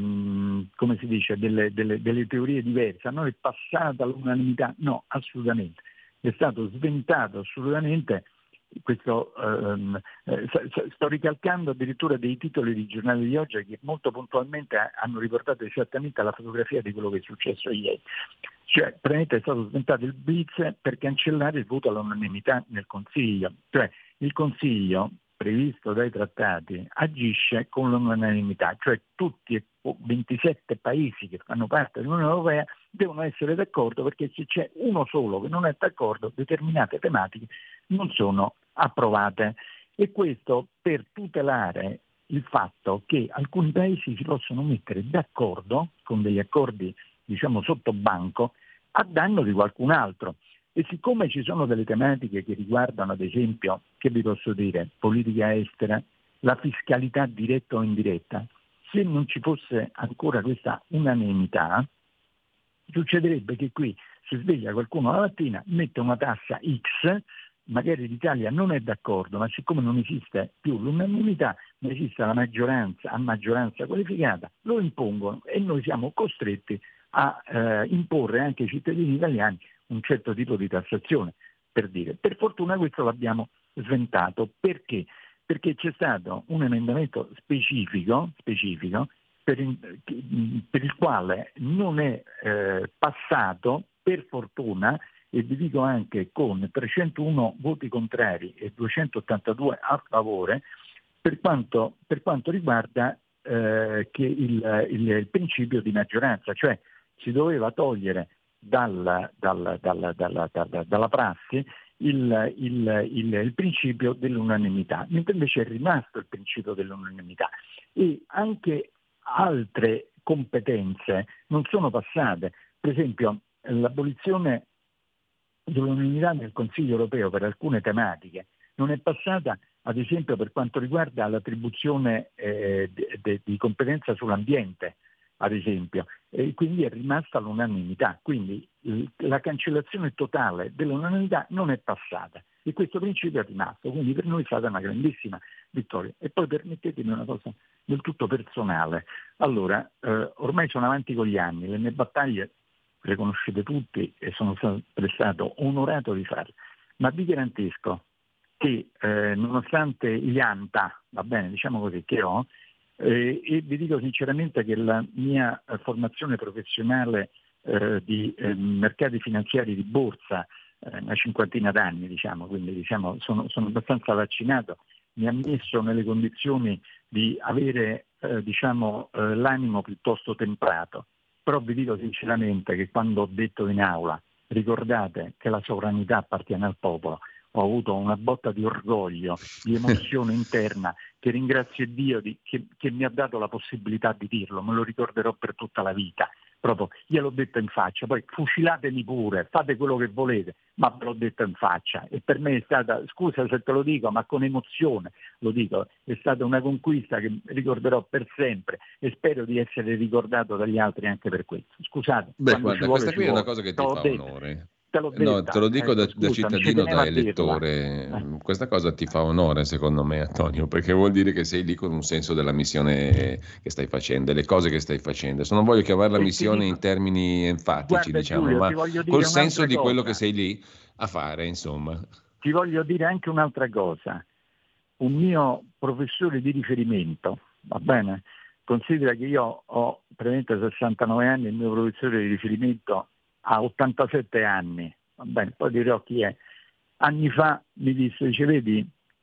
Speaker 5: um, come si dice, delle, delle, delle teorie diverse. Non è passata all'unanimità? No, assolutamente. È stato sventato assolutamente questo, um, eh, sto ricalcando addirittura dei titoli di giornali di oggi che molto puntualmente hanno riportato esattamente la fotografia di quello che è successo ieri. Cioè, praticamente è stato sventato il blitz per cancellare il voto all'unanimità nel Consiglio. Cioè, il Consiglio, previsto dai trattati, agisce con l'unanimità, cioè tutti e ventisette paesi che fanno parte dell'Unione Europea devono essere d'accordo, perché se c'è uno solo che non è d'accordo, determinate tematiche non sono approvate. E questo per tutelare il fatto che alcuni paesi si possono mettere d'accordo con degli accordi, diciamo, sotto banco a danno di qualcun altro. E siccome ci sono delle tematiche che riguardano, ad esempio, che vi posso dire, politica estera, la fiscalità diretta o indiretta, se non ci fosse ancora questa unanimità, succederebbe che qui si sveglia qualcuno la mattina, mette una tassa X, magari l'Italia non è d'accordo, ma siccome non esiste più l'unanimità, ma esiste la maggioranza a maggioranza qualificata, lo impongono e noi siamo costretti a eh, imporre anche ai cittadini italiani un certo tipo di tassazione, per dire. Per fortuna questo l'abbiamo sventato. Perché? Perché c'è stato un emendamento specifico, specifico per, in, per il quale non è eh, passato, per fortuna, e vi dico anche con trecentouno voti contrari e duecentottantadue a favore, per quanto, per quanto riguarda eh, che il, il, il principio di maggioranza, cioè si doveva togliere dalla, dalla, dalla, dalla, dalla, dalla prassi il, il, il, il principio dell'unanimità, mentre invece è rimasto il principio dell'unanimità e anche altre competenze non sono passate. Per esempio l'abolizione dell'unanimità nel Consiglio europeo per alcune tematiche non è passata ad esempio per quanto riguarda l'attribuzione eh, de, de, di competenza sull'ambiente, ad esempio, e quindi è rimasta l'unanimità, quindi il, la cancellazione totale dell'unanimità non è passata e questo principio è rimasto, quindi per noi è stata una grandissima vittoria. E poi permettetemi una cosa del tutto personale, allora eh, ormai sono avanti con gli anni, le mie battaglie le conoscete tutti e sono sempre stato onorato di farle, ma vi garantisco che eh, nonostante gli anta, va bene, diciamo così, che ho, Eh, e vi dico sinceramente che la mia eh, formazione professionale eh, di eh, mercati finanziari di borsa, eh, una cinquantina d'anni, diciamo, quindi diciamo, sono, sono abbastanza vaccinato, mi ha messo nelle condizioni di avere eh, diciamo, eh, l'animo piuttosto temprato. Però vi dico sinceramente che quando ho detto in aula, ricordate che la sovranità appartiene al popolo, ho avuto una botta di orgoglio, di emozione interna, che ringrazio Dio di, che, che mi ha dato la possibilità di dirlo, me lo ricorderò per tutta la vita. Proprio gliel'ho detto in faccia, poi fucilatemi pure, fate quello che volete, ma ve l'ho detto in faccia. E per me è stata, scusa se te lo dico, ma con emozione lo dico, è stata una conquista che ricorderò per sempre e spero di essere ricordato dagli altri anche per questo. Scusate.
Speaker 3: Beh, guarda, questa qui è una cosa che ti fa onore.
Speaker 5: Te l'ho
Speaker 3: no,
Speaker 5: detta.
Speaker 3: te lo dico
Speaker 5: ecco,
Speaker 3: da,
Speaker 5: scusa,
Speaker 3: da cittadino, da elettore.
Speaker 5: Eh.
Speaker 3: Questa cosa ti fa onore, secondo me, Antonio, perché vuol dire che sei lì con un senso della missione che stai facendo, delle cose che stai facendo. Se non voglio chiamarla missione dico, in termini enfatici,
Speaker 5: guarda,
Speaker 3: diciamo,
Speaker 5: Giulio,
Speaker 3: ma col senso di quello che sei lì a fare, insomma.
Speaker 5: Ti voglio dire anche un'altra cosa. Un mio professore di riferimento, va bene? Considera che io ho praticamente sessantanove anni, il mio professore di riferimento ha ottantasette anni, va bene, poi dirò chi è. Anni fa mi disse, dice, vedi,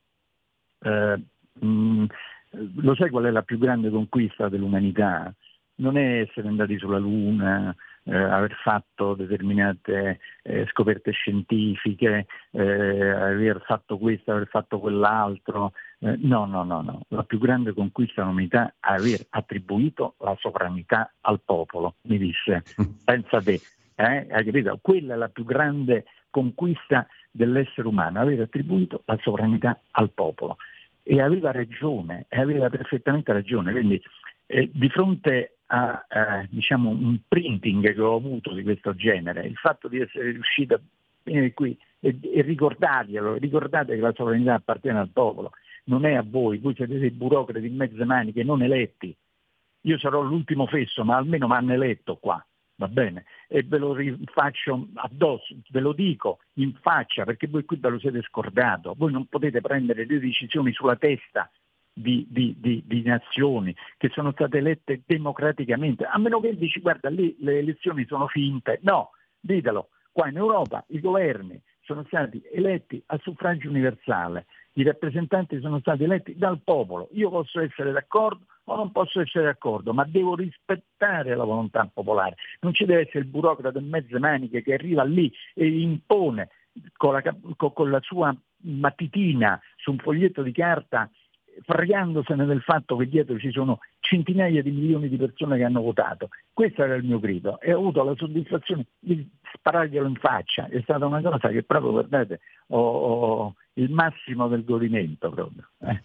Speaker 5: eh, mh, lo sai qual è la più grande conquista dell'umanità? Non è essere andati sulla Luna, eh, aver fatto determinate eh, scoperte scientifiche, eh, aver fatto questo, aver fatto quell'altro. Eh, no, no, no, no. La più grande conquista dell'umanità è aver attribuito la sovranità al popolo, mi disse. Pensa te. Eh, hai capito? Quella è la più grande conquista dell'essere umano, aver attribuito la sovranità al popolo. E aveva ragione, e aveva perfettamente ragione. Quindi eh, di fronte a eh, diciamo un printing che ho avuto di questo genere, il fatto di essere riuscito a venire qui e, e ricordarglielo, ricordate che la sovranità appartiene al popolo, non è a voi, voi siete dei burocrati in mezze maniche non eletti. Io sarò l'ultimo fesso, ma almeno mi hanno eletto qua. Va bene? E ve lo rifaccio addosso, ve lo dico in faccia, perché voi qui ve lo siete scordato. Voi non potete prendere le decisioni sulla testa di, di, di, di nazioni che sono state elette democraticamente, a meno che dici guarda lì le elezioni sono finte. No, ditelo, qua in Europa i governi sono stati eletti a suffragio universale, i rappresentanti sono stati eletti dal popolo. Io posso essere d'accordo o non posso essere d'accordo, ma devo rispettare la volontà popolare. Non ci deve essere il burocrate in mezze maniche che arriva lì e impone con la, con la sua matitina su un foglietto di carta, fregandosene del fatto che dietro ci sono centinaia di milioni di persone che hanno votato. Questo era il mio grido e ho avuto la soddisfazione di spararglielo in faccia. È stata una cosa che proprio, guardate, ho, ho il massimo del godimento proprio. Eh.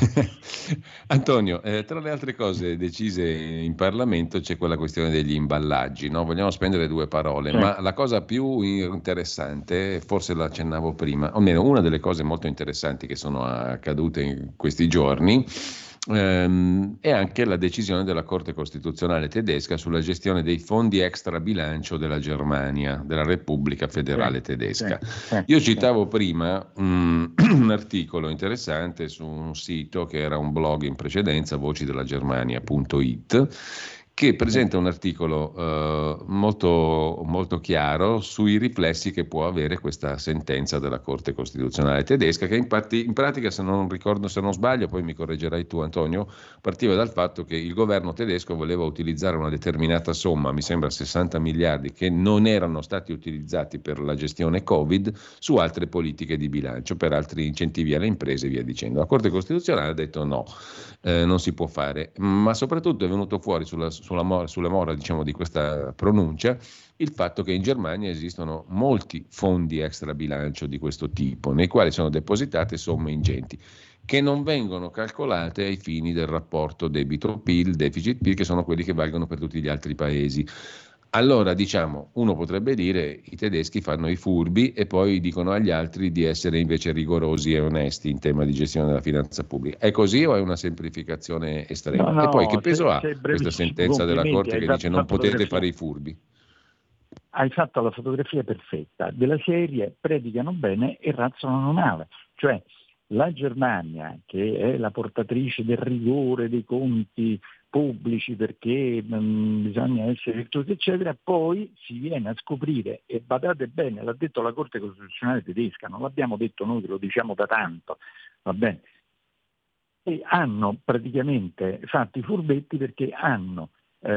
Speaker 3: Antonio, eh, tra le altre cose decise in Parlamento c'è quella questione degli imballaggi, no? Vogliamo spendere due parole, sì. Ma la cosa più interessante, forse la accennavo prima, o almeno una delle cose molto interessanti che sono accadute in questi giorni, ehm, è anche la decisione della Corte Costituzionale tedesca sulla gestione dei fondi extra bilancio della Germania, della Repubblica Federale sì, Tedesca. Sì, sì, Io citavo sì. prima um, un articolo interessante su un sito che era un blog in precedenza, voci della Germania punto it, che presenta un articolo uh, molto, molto chiaro sui riflessi che può avere questa sentenza della Corte Costituzionale tedesca, che infatti, in pratica, se non ricordo, se non sbaglio, poi mi correggerai tu Antonio, partiva dal fatto che il governo tedesco voleva utilizzare una determinata somma, mi sembra sessanta miliardi, che non erano stati utilizzati per la gestione Covid, su altre politiche di bilancio, per altri incentivi alle imprese e via dicendo. La Corte Costituzionale ha detto no, eh, non si può fare, ma soprattutto è venuto fuori sulla Sulla mora, sulle mora diciamo, di questa pronuncia il fatto che in Germania esistono molti fondi extra bilancio di questo tipo, nei quali sono depositate somme ingenti, che non vengono calcolate ai fini del rapporto debito-P I L, deficit-P I L, che sono quelli che valgono per tutti gli altri paesi. Allora, diciamo, uno potrebbe dire i tedeschi fanno i furbi e poi dicono agli altri di essere invece rigorosi e onesti in tema di gestione della finanza pubblica. È così o è una semplificazione estrema?
Speaker 5: No, no,
Speaker 3: e poi che peso
Speaker 5: se,
Speaker 3: ha
Speaker 5: se
Speaker 3: questa sentenza della Corte che dice non potete fare i furbi?
Speaker 5: Hai fatto la fotografia perfetta, della serie predicano bene e razzolano male. Cioè la Germania, che è la portatrice del rigore dei conti pubblici perché mh, bisogna essere virtuosi eccetera, poi si viene a scoprire, e badate bene, l'ha detto la Corte Costituzionale tedesca, non l'abbiamo detto noi che lo diciamo da tanto, va bene, e hanno praticamente fatto i furbetti perché hanno eh,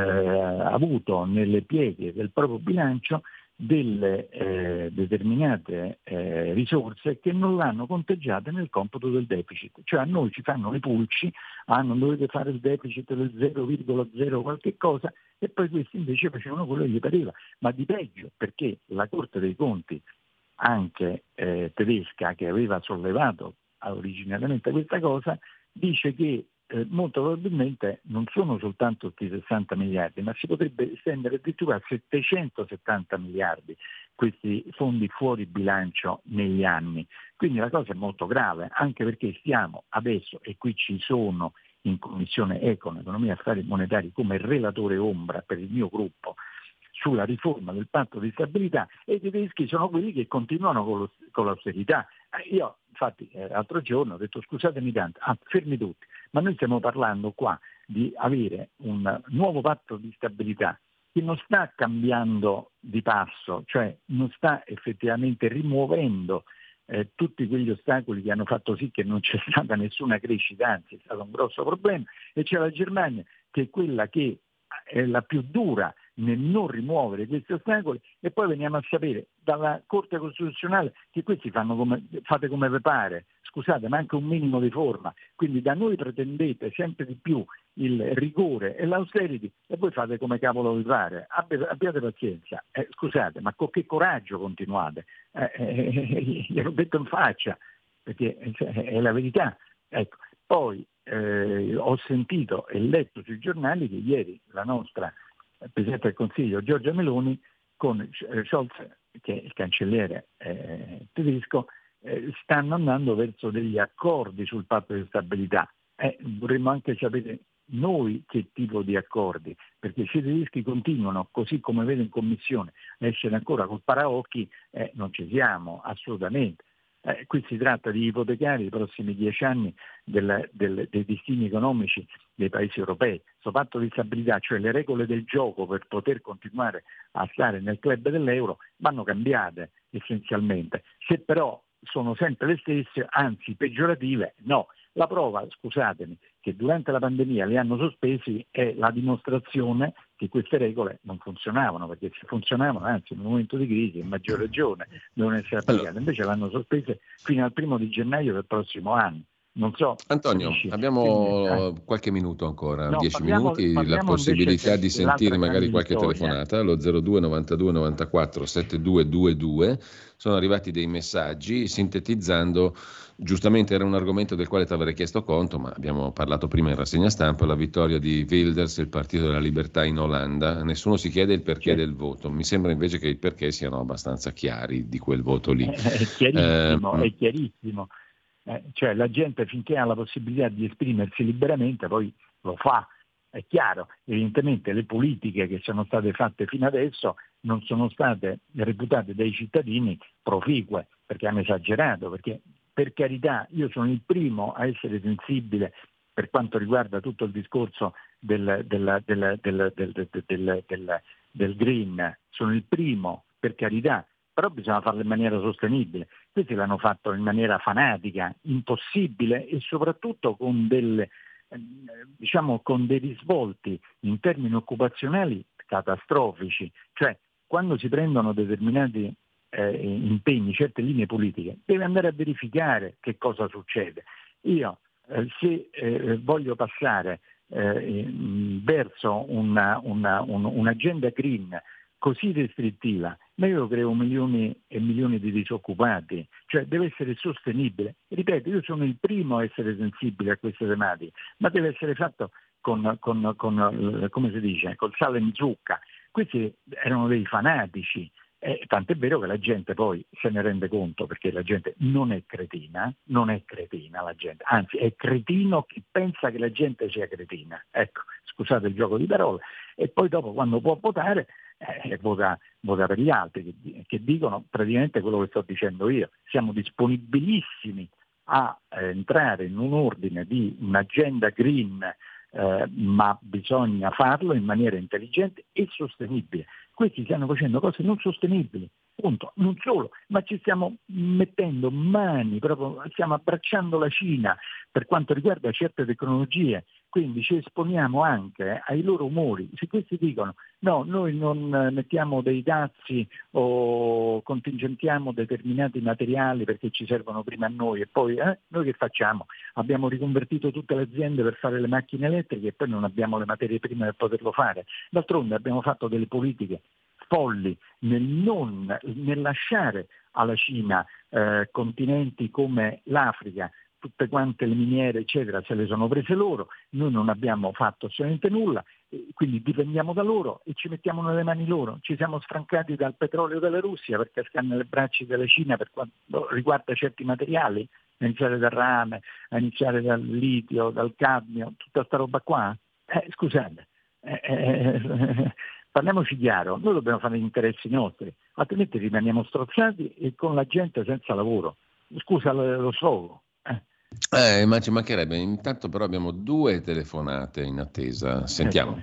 Speaker 5: avuto nelle pieghe del proprio bilancio delle eh, determinate eh, risorse che non l'hanno conteggiate nel computo del deficit, cioè a noi ci fanno le pulci, ah non dovete fare il deficit del zero virgola zero qualche cosa, e poi questi invece facevano quello che gli pareva, ma di peggio, perché la Corte dei Conti anche eh, tedesca, che aveva sollevato originariamente questa cosa, dice che Eh, molto probabilmente non sono soltanto questi sessanta miliardi, ma si potrebbe estendere addirittura a settecentosettanta miliardi questi fondi fuori bilancio negli anni. Quindi la cosa è molto grave, anche perché stiamo adesso, e qui ci sono in Commissione Econ, Economia e Affari Monetari, come relatore ombra per il mio gruppo, sulla riforma del patto di stabilità, e i tedeschi sono quelli che continuano con, lo, con l'austerità. Io infatti eh, l'altro giorno ho detto scusatemi tanto, ah, fermi tutti, ma noi stiamo parlando qua di avere un nuovo patto di stabilità che non sta cambiando di passo, cioè non sta effettivamente rimuovendo eh, tutti quegli ostacoli che hanno fatto sì che non c'è stata nessuna crescita, anzi è stato un grosso problema, e c'è la Germania che è quella che è la più dura nel non rimuovere questi ostacoli, e poi veniamo a sapere dalla Corte Costituzionale che questi fanno come, fate come vi pare, scusate, ma anche un minimo di forma, quindi da noi pretendete sempre di più il rigore e l'austerity e voi fate come cavolo vi pare, Abbi, abbiate pazienza, eh, scusate, ma con che coraggio continuate? Eh, eh, gliel'ho detto in faccia, perché è la verità. Ecco. Poi eh, ho sentito e letto sui giornali che ieri la nostra Presidente del Consiglio Giorgia Meloni con Scholz, che è il cancelliere eh, tedesco, eh, stanno andando verso degli accordi sul patto di stabilità. Eh, vorremmo anche sapere noi che tipo di accordi, perché se i tedeschi continuano, così come vedo in Commissione, a essere ancora col paraocchi, eh, non ci siamo assolutamente. Eh, qui si tratta di ipotecare i prossimi dieci anni del, del, dei destini economici dei paesi europei. Questo patto di stabilità, cioè le regole del gioco per poter continuare a stare nel club dell'euro, vanno cambiate essenzialmente. Se però sono sempre le stesse, anzi peggiorative, no. La prova, scusatemi, che durante la pandemia li hanno sospesi è la dimostrazione che queste regole non funzionavano, perché se funzionavano, anzi in un momento di crisi, in maggior ragione, devono essere applicate. Invece l'hanno sospese fino al primo di gennaio del prossimo anno. Non so.
Speaker 3: Antonio,
Speaker 5: capisci?
Speaker 3: abbiamo
Speaker 5: Quindi, eh.
Speaker 3: qualche minuto ancora,
Speaker 5: no,
Speaker 3: dieci
Speaker 5: parliamo,
Speaker 3: minuti,
Speaker 5: parliamo
Speaker 3: la possibilità di sentire magari qualche
Speaker 5: vittoria.
Speaker 3: telefonata, allo zero due novantadue novantaquattro settantadue ventidue. Sono arrivati dei messaggi sintetizzando, giustamente era un argomento del quale ti avrei chiesto conto, ma abbiamo parlato prima in rassegna stampa, la vittoria di Wilders, il Partito della Libertà in Olanda. Nessuno si chiede il perché sì. del voto, mi sembra invece che i perché siano abbastanza chiari di quel voto lì.
Speaker 5: È chiarissimo,
Speaker 3: eh,
Speaker 5: è chiarissimo. Eh, cioè la gente finché ha la possibilità di esprimersi liberamente poi lo fa, è chiaro. Evidentemente le politiche che sono state fatte fino adesso non sono state reputate dai cittadini proficue, perché hanno esagerato, perché per carità io sono il primo a essere sensibile per quanto riguarda tutto il discorso del, del, del, del, del, del, del, del green, sono il primo, per carità, però bisogna farlo in maniera sostenibile. Questi l'hanno fatto in maniera fanatica, impossibile, e soprattutto con delle, diciamo, con dei risvolti in termini occupazionali catastrofici. Cioè, quando si prendono determinati eh, impegni, certe linee politiche, deve andare a verificare che cosa succede. Io eh, se eh, voglio passare eh, verso una, una, un, un'agenda green così restrittiva, ma io creo milioni e milioni di disoccupati, cioè deve essere sostenibile. Ripeto, io sono il primo a essere sensibile a queste tematiche, ma deve essere fatto con, con, con come si dice, col sale in zucca. Questi erano dei fanatici, eh, tant'è vero che la gente poi se ne rende conto, perché la gente non è cretina, non è cretina la gente, anzi è cretino chi pensa che la gente sia cretina. Ecco, scusate il gioco di parole. E poi dopo quando può votare, eh, vota, vota per gli altri che, che dicono praticamente quello che sto dicendo io. Siamo disponibilissimi a eh, entrare in un ordine di un'agenda green, eh, ma bisogna farlo in maniera intelligente e sostenibile. Questi stanno facendo cose non sostenibili, punto. Non solo, ma ci stiamo mettendo mani, proprio stiamo abbracciando la Cina per quanto riguarda certe tecnologie, quindi ci esponiamo anche ai loro umori. Se questi dicono no, noi non mettiamo dei dazi o contingentiamo determinati materiali perché ci servono prima a noi e poi eh, noi che facciamo? Abbiamo riconvertito tutte le aziende per fare le macchine elettriche e poi non abbiamo le materie prime per poterlo fare. D'altronde abbiamo fatto delle politiche folli nel non nel lasciare alla Cina eh, continenti come l'Africa, tutte quante le miniere eccetera se le sono prese loro, noi non abbiamo fatto assolutamente nulla, quindi dipendiamo da loro e ci mettiamo nelle mani loro. Ci siamo sfrancati dal petrolio della Russia per cascare nelle braccia della Cina per quanto riguarda certi materiali, a iniziare dal rame, a iniziare dal litio, dal cadmio, tutta sta roba qua. Eh, scusate, eh, eh, parliamoci chiaro, noi dobbiamo fare gli interessi nostri, altrimenti rimaniamo strozzati e con la gente senza lavoro. Scusa lo sfogo.
Speaker 3: Eh, ma ci mancherebbe. Intanto però abbiamo due telefonate in attesa. Sentiamo.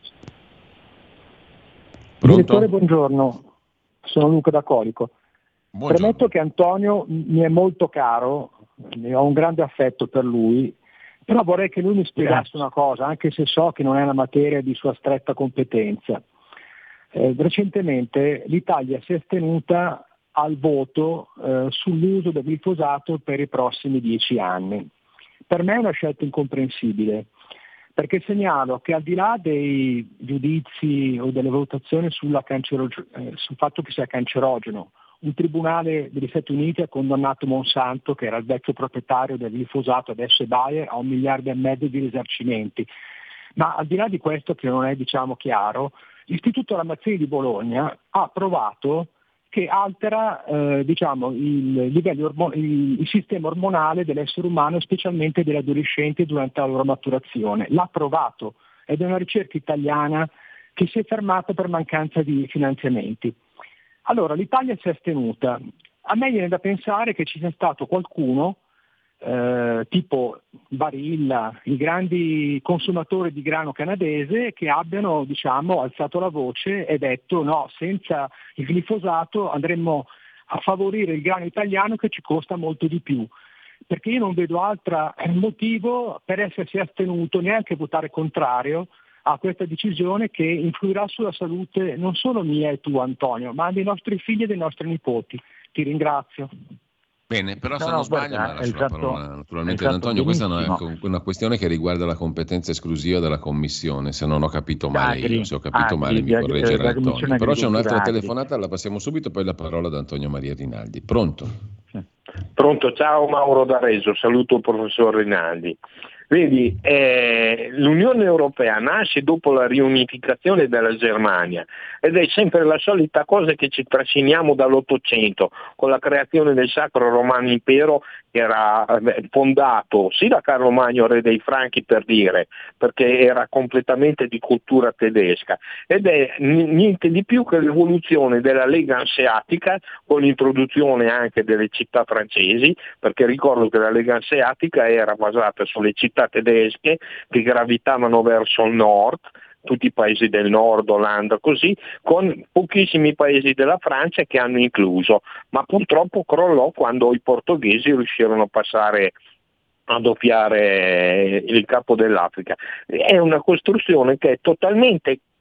Speaker 3: Pronto?
Speaker 9: Direttore, buongiorno. Sono Luca da Colico. Buongiorno. Premetto che Antonio mi è molto caro, ho un grande affetto per lui, però vorrei che lui mi spiegasse una cosa, anche se so che non è una materia di sua stretta competenza. Eh, recentemente l'Italia si è astenuta al voto eh, sull'uso del glifosato per i prossimi dieci anni. Per me è una scelta incomprensibile, perché segnalo che al di là dei giudizi o delle valutazioni sulla canceroge- eh, sul fatto che sia cancerogeno, un tribunale degli Stati Uniti ha condannato Monsanto, che era il vecchio proprietario del glifosato, adesso è Bayer, a un miliardo e mezzo di risarcimenti. Ma al di là di questo, che non è diciamo chiaro, l'Istituto Ramazzini di Bologna ha provato che altera eh, diciamo, il, livello ormo- il, il sistema ormonale dell'essere umano, specialmente degli adolescenti durante la loro maturazione. L'ha provato ed è una ricerca italiana che si è fermata per mancanza di finanziamenti. Allora l'Italia si è astenuta. A me viene da pensare che ci sia stato qualcuno, eh, tipo Barilla, i grandi consumatori di grano canadese, che abbiano diciamo alzato la voce e detto no, senza il glifosato andremmo a favorire il grano italiano che ci costa molto di più, perché io non vedo altro motivo per essersi astenuto, neanche votare contrario a questa decisione che influirà sulla salute non solo mia e tua Antonio, ma dei nostri figli e dei nostri nipoti. Ti ringrazio.
Speaker 3: Bene, però
Speaker 5: No,
Speaker 3: se
Speaker 5: no,
Speaker 3: non sbaglio,
Speaker 5: guarda,
Speaker 3: ma lascio
Speaker 5: esatto,
Speaker 3: la parola naturalmente ad
Speaker 5: esatto,
Speaker 3: Antonio, questa è una,
Speaker 5: benissimo.
Speaker 3: una questione che riguarda la competenza esclusiva della Commissione, se non ho capito male
Speaker 5: Agri,
Speaker 3: io, se ho capito
Speaker 5: agri,
Speaker 3: male mi
Speaker 5: di-
Speaker 3: correggerà
Speaker 5: la
Speaker 3: Antonio.
Speaker 5: Commissione
Speaker 3: Però c'è un'altra
Speaker 5: Agricoltura, agri.
Speaker 3: telefonata, la passiamo subito, poi la parola ad Antonio Maria Rinaldi. Pronto?
Speaker 10: Pronto, ciao Mauro D'Arezzo, saluto il professor Rinaldi. Vedi, eh, l'Unione Europea nasce dopo la riunificazione della Germania ed è sempre la solita cosa che ci trasciniamo dall'Ottocento, con la creazione del Sacro Romano Impero, che era eh, fondato sì da Carlo Magno, re dei Franchi per dire, perché era completamente di cultura tedesca, ed è n- niente di più che l'evoluzione della Lega Anseatica, con l'introduzione anche delle città francesi, perché ricordo che la Lega Anseatica era basata sulle città tedesche che gravitavano verso il nord, tutti i paesi del nord, Olanda, così, con pochissimi paesi della Francia che hanno incluso, ma purtroppo crollò quando i portoghesi riuscirono a passare a doppiare il capo dell'Africa. È una costruzione che è totalmente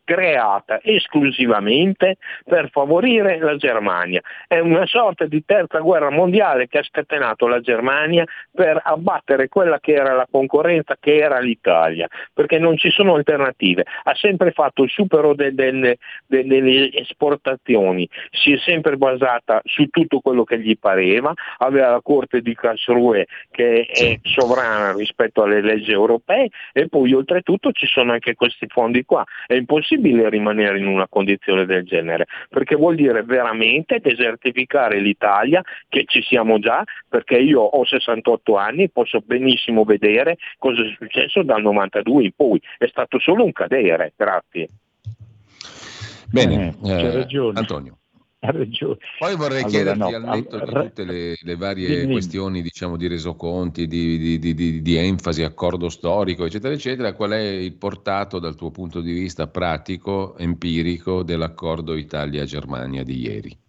Speaker 10: creata esclusivamente per favorire la Germania. È una sorta di terza guerra mondiale che ha scatenato la Germania per abbattere quella che era la concorrenza, che era l'Italia, perché non ci sono alternative. Ha sempre fatto il supero de, de, de, delle esportazioni, si è sempre basata su tutto quello che gli pareva, aveva la corte di Karlsruhe che è sovrana rispetto alle leggi europee, e poi oltretutto ci sono anche questi fondi qua. È impossibile rimanere in una condizione del genere, perché vuol dire veramente desertificare l'Italia, che ci siamo già, perché io ho sessantotto anni e posso benissimo vedere cosa è successo dal novantadue in poi. È stato solo un cadere. Grazie.
Speaker 3: Bene,
Speaker 5: eh, c'è
Speaker 3: eh,
Speaker 5: ragione.
Speaker 3: Antonio.
Speaker 5: Ha ragione.
Speaker 3: Poi vorrei
Speaker 5: Allora,
Speaker 3: chiederti,
Speaker 5: no,
Speaker 3: al netto
Speaker 5: allora,
Speaker 3: di tutte le, le varie
Speaker 5: dimmi, dimmi.
Speaker 3: questioni, diciamo, di resoconti, di, di, di, di, di enfasi, accordo storico, eccetera, eccetera, qual è il portato dal tuo punto di vista pratico, empirico, dell'accordo Italia-Germania di ieri?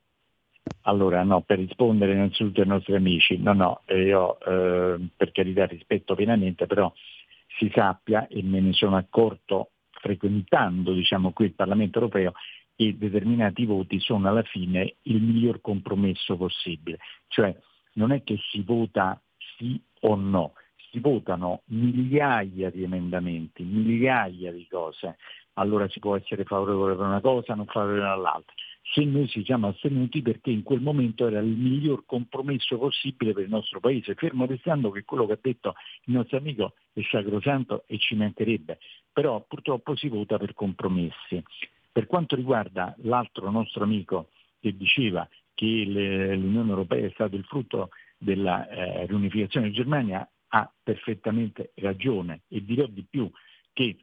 Speaker 5: Allora, no, per rispondere innanzitutto ai nostri amici, no, no, io eh, per carità rispetto pienamente, però si sappia, e me ne sono accorto frequentando, diciamo, qui il Parlamento europeo, che determinati voti sono alla fine il miglior compromesso possibile. Cioè non è che si vota sì o no, si votano migliaia di emendamenti, migliaia di cose. Allora si può essere favorevole per una cosa, non favorevole all'altra. Se noi ci siamo astenuti perché in quel momento era il miglior compromesso possibile per il nostro paese, fermo restando che quello che ha detto il nostro amico è sacrosanto e ci mancherebbe, però purtroppo si vota per compromessi. Per quanto riguarda l'altro nostro amico che diceva che le, l'Unione Europea è stato il frutto della eh, riunificazione di Germania, ha perfettamente ragione, e dirò di più che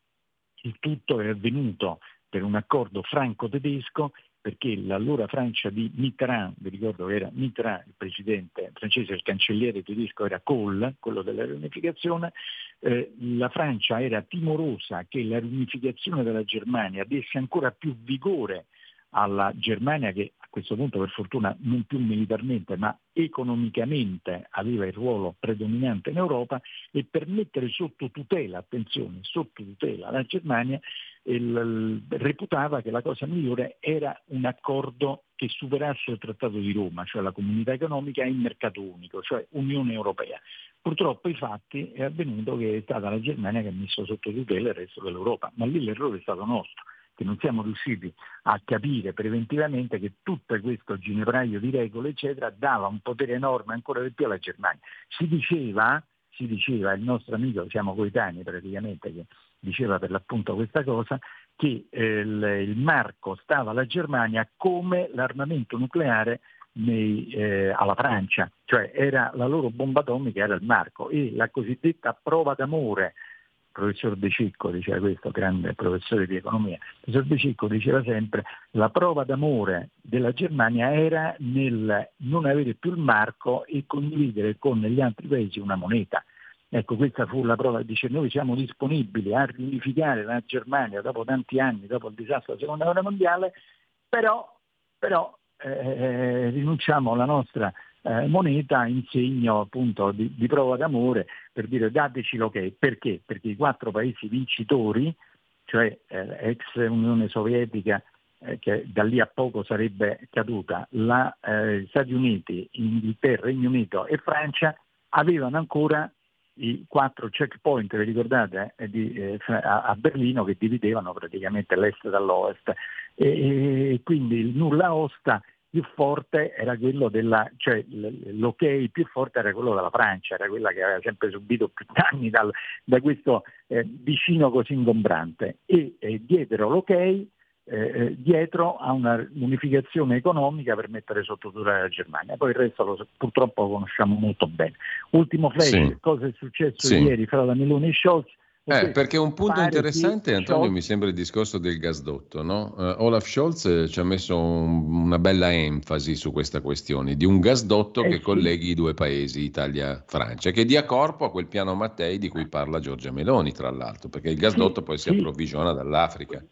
Speaker 5: il tutto è avvenuto per un accordo franco-tedesco, perché l'allora Francia di Mitterrand, vi ricordo che era Mitterrand il presidente francese, il cancelliere tedesco era Kohl, quello della riunificazione, eh, la Francia era timorosa che la riunificazione della Germania desse ancora più vigore alla Germania, che a questo punto per fortuna non più militarmente ma economicamente aveva il ruolo predominante in Europa, e per mettere sotto tutela, attenzione, sotto tutela la Germania, il, il, reputava che la cosa migliore era un accordo che superasse il Trattato di Roma, cioè la Comunità Economica, e il mercato unico, cioè Unione Europea. Purtroppo i fatti è avvenuto che è stata la Germania che ha messo sotto tutela il resto dell'Europa, ma lì l'errore è stato nostro, che non siamo riusciti a capire preventivamente che tutto questo ginepraio di regole eccetera dava un potere enorme ancora di più alla Germania. Si diceva, si diceva, il nostro amico, siamo coetanei praticamente, che diceva per l'appunto questa cosa, che eh, il, il marco stava alla Germania come l'armamento nucleare nei, eh, alla Francia, cioè era la loro bomba atomica, era il marco, e la cosiddetta prova d'amore. Il professor De Cicco diceva questo, grande professore di economia, il professor De Cicco diceva sempre la prova d'amore della Germania era nel non avere più il marco e condividere con gli altri paesi una moneta. Ecco, questa fu la prova, dice noi siamo disponibili a riunificare la Germania dopo tanti anni, dopo il disastro della seconda guerra mondiale, però, però eh, rinunciamo alla nostra Eh, moneta in segno appunto di, di prova d'amore, per dire dateci l'ok. Perché? Perché i quattro paesi vincitori, cioè eh, ex Unione Sovietica, eh, che da lì a poco sarebbe caduta, la, eh, Stati Uniti, Inghilterra, Regno Unito e Francia, avevano ancora i quattro checkpoint, vi ricordate, eh, di, eh, a, a Berlino, che dividevano praticamente l'est dall'ovest, e, e quindi il nulla osta più forte era quello della, cioè l'ok più forte era quello della Francia, era quella che aveva sempre subito più danni dal, da questo eh, vicino così ingombrante, e eh, dietro l'ok, eh, dietro a una unificazione economica per mettere sotto tutela la Germania. Poi il resto lo, purtroppo lo conosciamo molto bene. Ultimo flash, sì. Cosa è successo sì. ieri fra la Meloni e Scholz?
Speaker 3: Eh, perché un punto interessante, Antonio, Scholz... mi sembra il discorso del gasdotto, no? Uh, Olaf Scholz ci ha messo un, una bella enfasi su questa questione di un gasdotto eh, che sì. colleghi i due paesi, Italia-Francia, che dia corpo a quel piano Mattei di cui parla Giorgia Meloni, tra l'altro, perché il gasdotto sì, poi si sì. approvvigiona dall'Africa.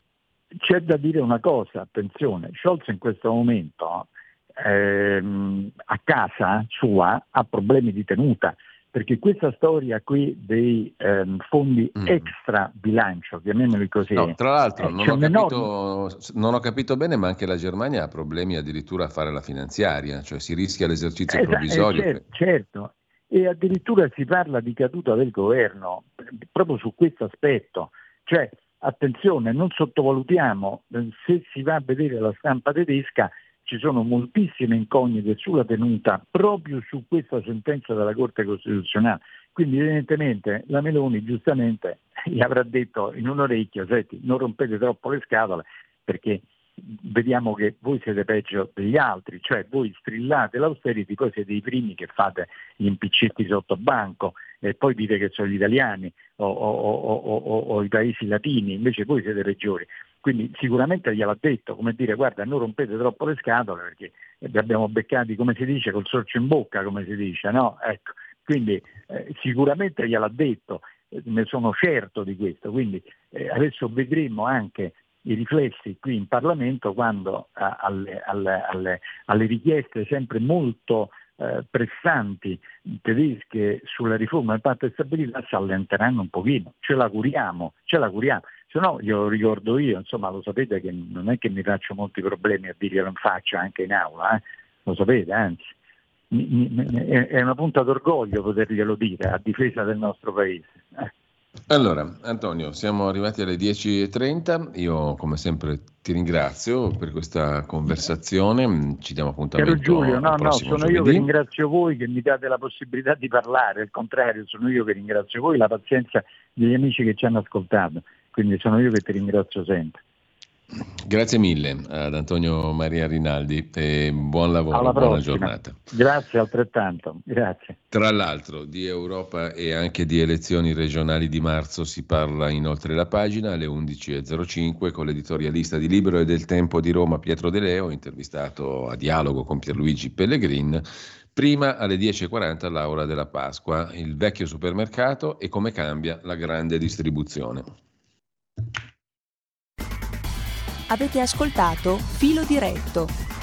Speaker 5: C'è da dire una cosa, attenzione, Scholz in questo momento ehm, a casa sua ha problemi di tenuta, perché questa storia qui dei ehm, fondi mm. extra bilancio, chiamiamoli così.
Speaker 3: No, tra l'altro eh, non, ho capito, non ho capito bene, ma anche la Germania ha problemi addirittura a fare la finanziaria, cioè si rischia l'esercizio eh, provvisorio.
Speaker 5: Eh, certo, certo, e addirittura si parla di caduta del governo proprio su questo aspetto, cioè attenzione, non sottovalutiamo, se si va a vedere la stampa tedesca ci sono moltissime incognite sulla tenuta proprio su questa sentenza della Corte Costituzionale, quindi evidentemente la Meloni giustamente gli avrà detto in un orecchio: senti, non rompete troppo le scatole perché vediamo che voi siete peggio degli altri, cioè voi strillate l'austerity, poi siete i primi che fate gli impiccetti sotto banco e poi dite che sono gli italiani o, o, o, o, o i paesi latini, invece voi siete peggiori. Quindi sicuramente gliel'ha detto, come dire: guarda, non rompete troppo le scatole perché vi abbiamo beccati, come si dice, col sorcio in bocca, come si dice, no? Ecco, quindi eh, sicuramente gliel'ha detto, eh, ne sono certo di questo, quindi eh, adesso vedremo anche i riflessi qui in Parlamento quando eh, alle, alle, alle, alle richieste sempre molto eh, pressanti tedesche sulla riforma del patto di stabilità si allenteranno un pochino, ce l'auguriamo, ce l'auguriamo. Se no, glielo ricordo io, insomma, lo sapete che non è che mi faccio molti problemi a dirglielo in faccia anche in aula, eh? Lo sapete, anzi, mi, mi, è una punta d'orgoglio poterglielo dire a difesa del nostro paese. Eh.
Speaker 3: Allora, Antonio, siamo arrivati alle dieci e trenta, io come sempre ti ringrazio per questa conversazione, ci diamo appuntamento.
Speaker 5: Caro Giulio, no, no, sono
Speaker 3: giovedì.
Speaker 5: Io che ringrazio voi che mi date la possibilità di parlare, al contrario, sono io che ringrazio voi, la pazienza degli amici che ci hanno ascoltato. Quindi sono io che ti ringrazio sempre.
Speaker 3: Grazie mille ad Antonio Maria Rinaldi e buon lavoro,
Speaker 5: alla
Speaker 3: buona
Speaker 5: prossima.
Speaker 3: Giornata.
Speaker 5: Grazie altrettanto, grazie.
Speaker 3: Tra l'altro di Europa e anche di elezioni regionali di marzo si parla in Oltre la Pagina alle undici e zero cinque con l'editorialista di Libero e del Tempo di Roma Pietro De Leo, intervistato a dialogo con Pierluigi Pellegrin. Prima alle dieci e quaranta l'Aula della Pasqua, il vecchio supermercato e come cambia la grande distribuzione.
Speaker 1: Avete ascoltato Filo Diretto,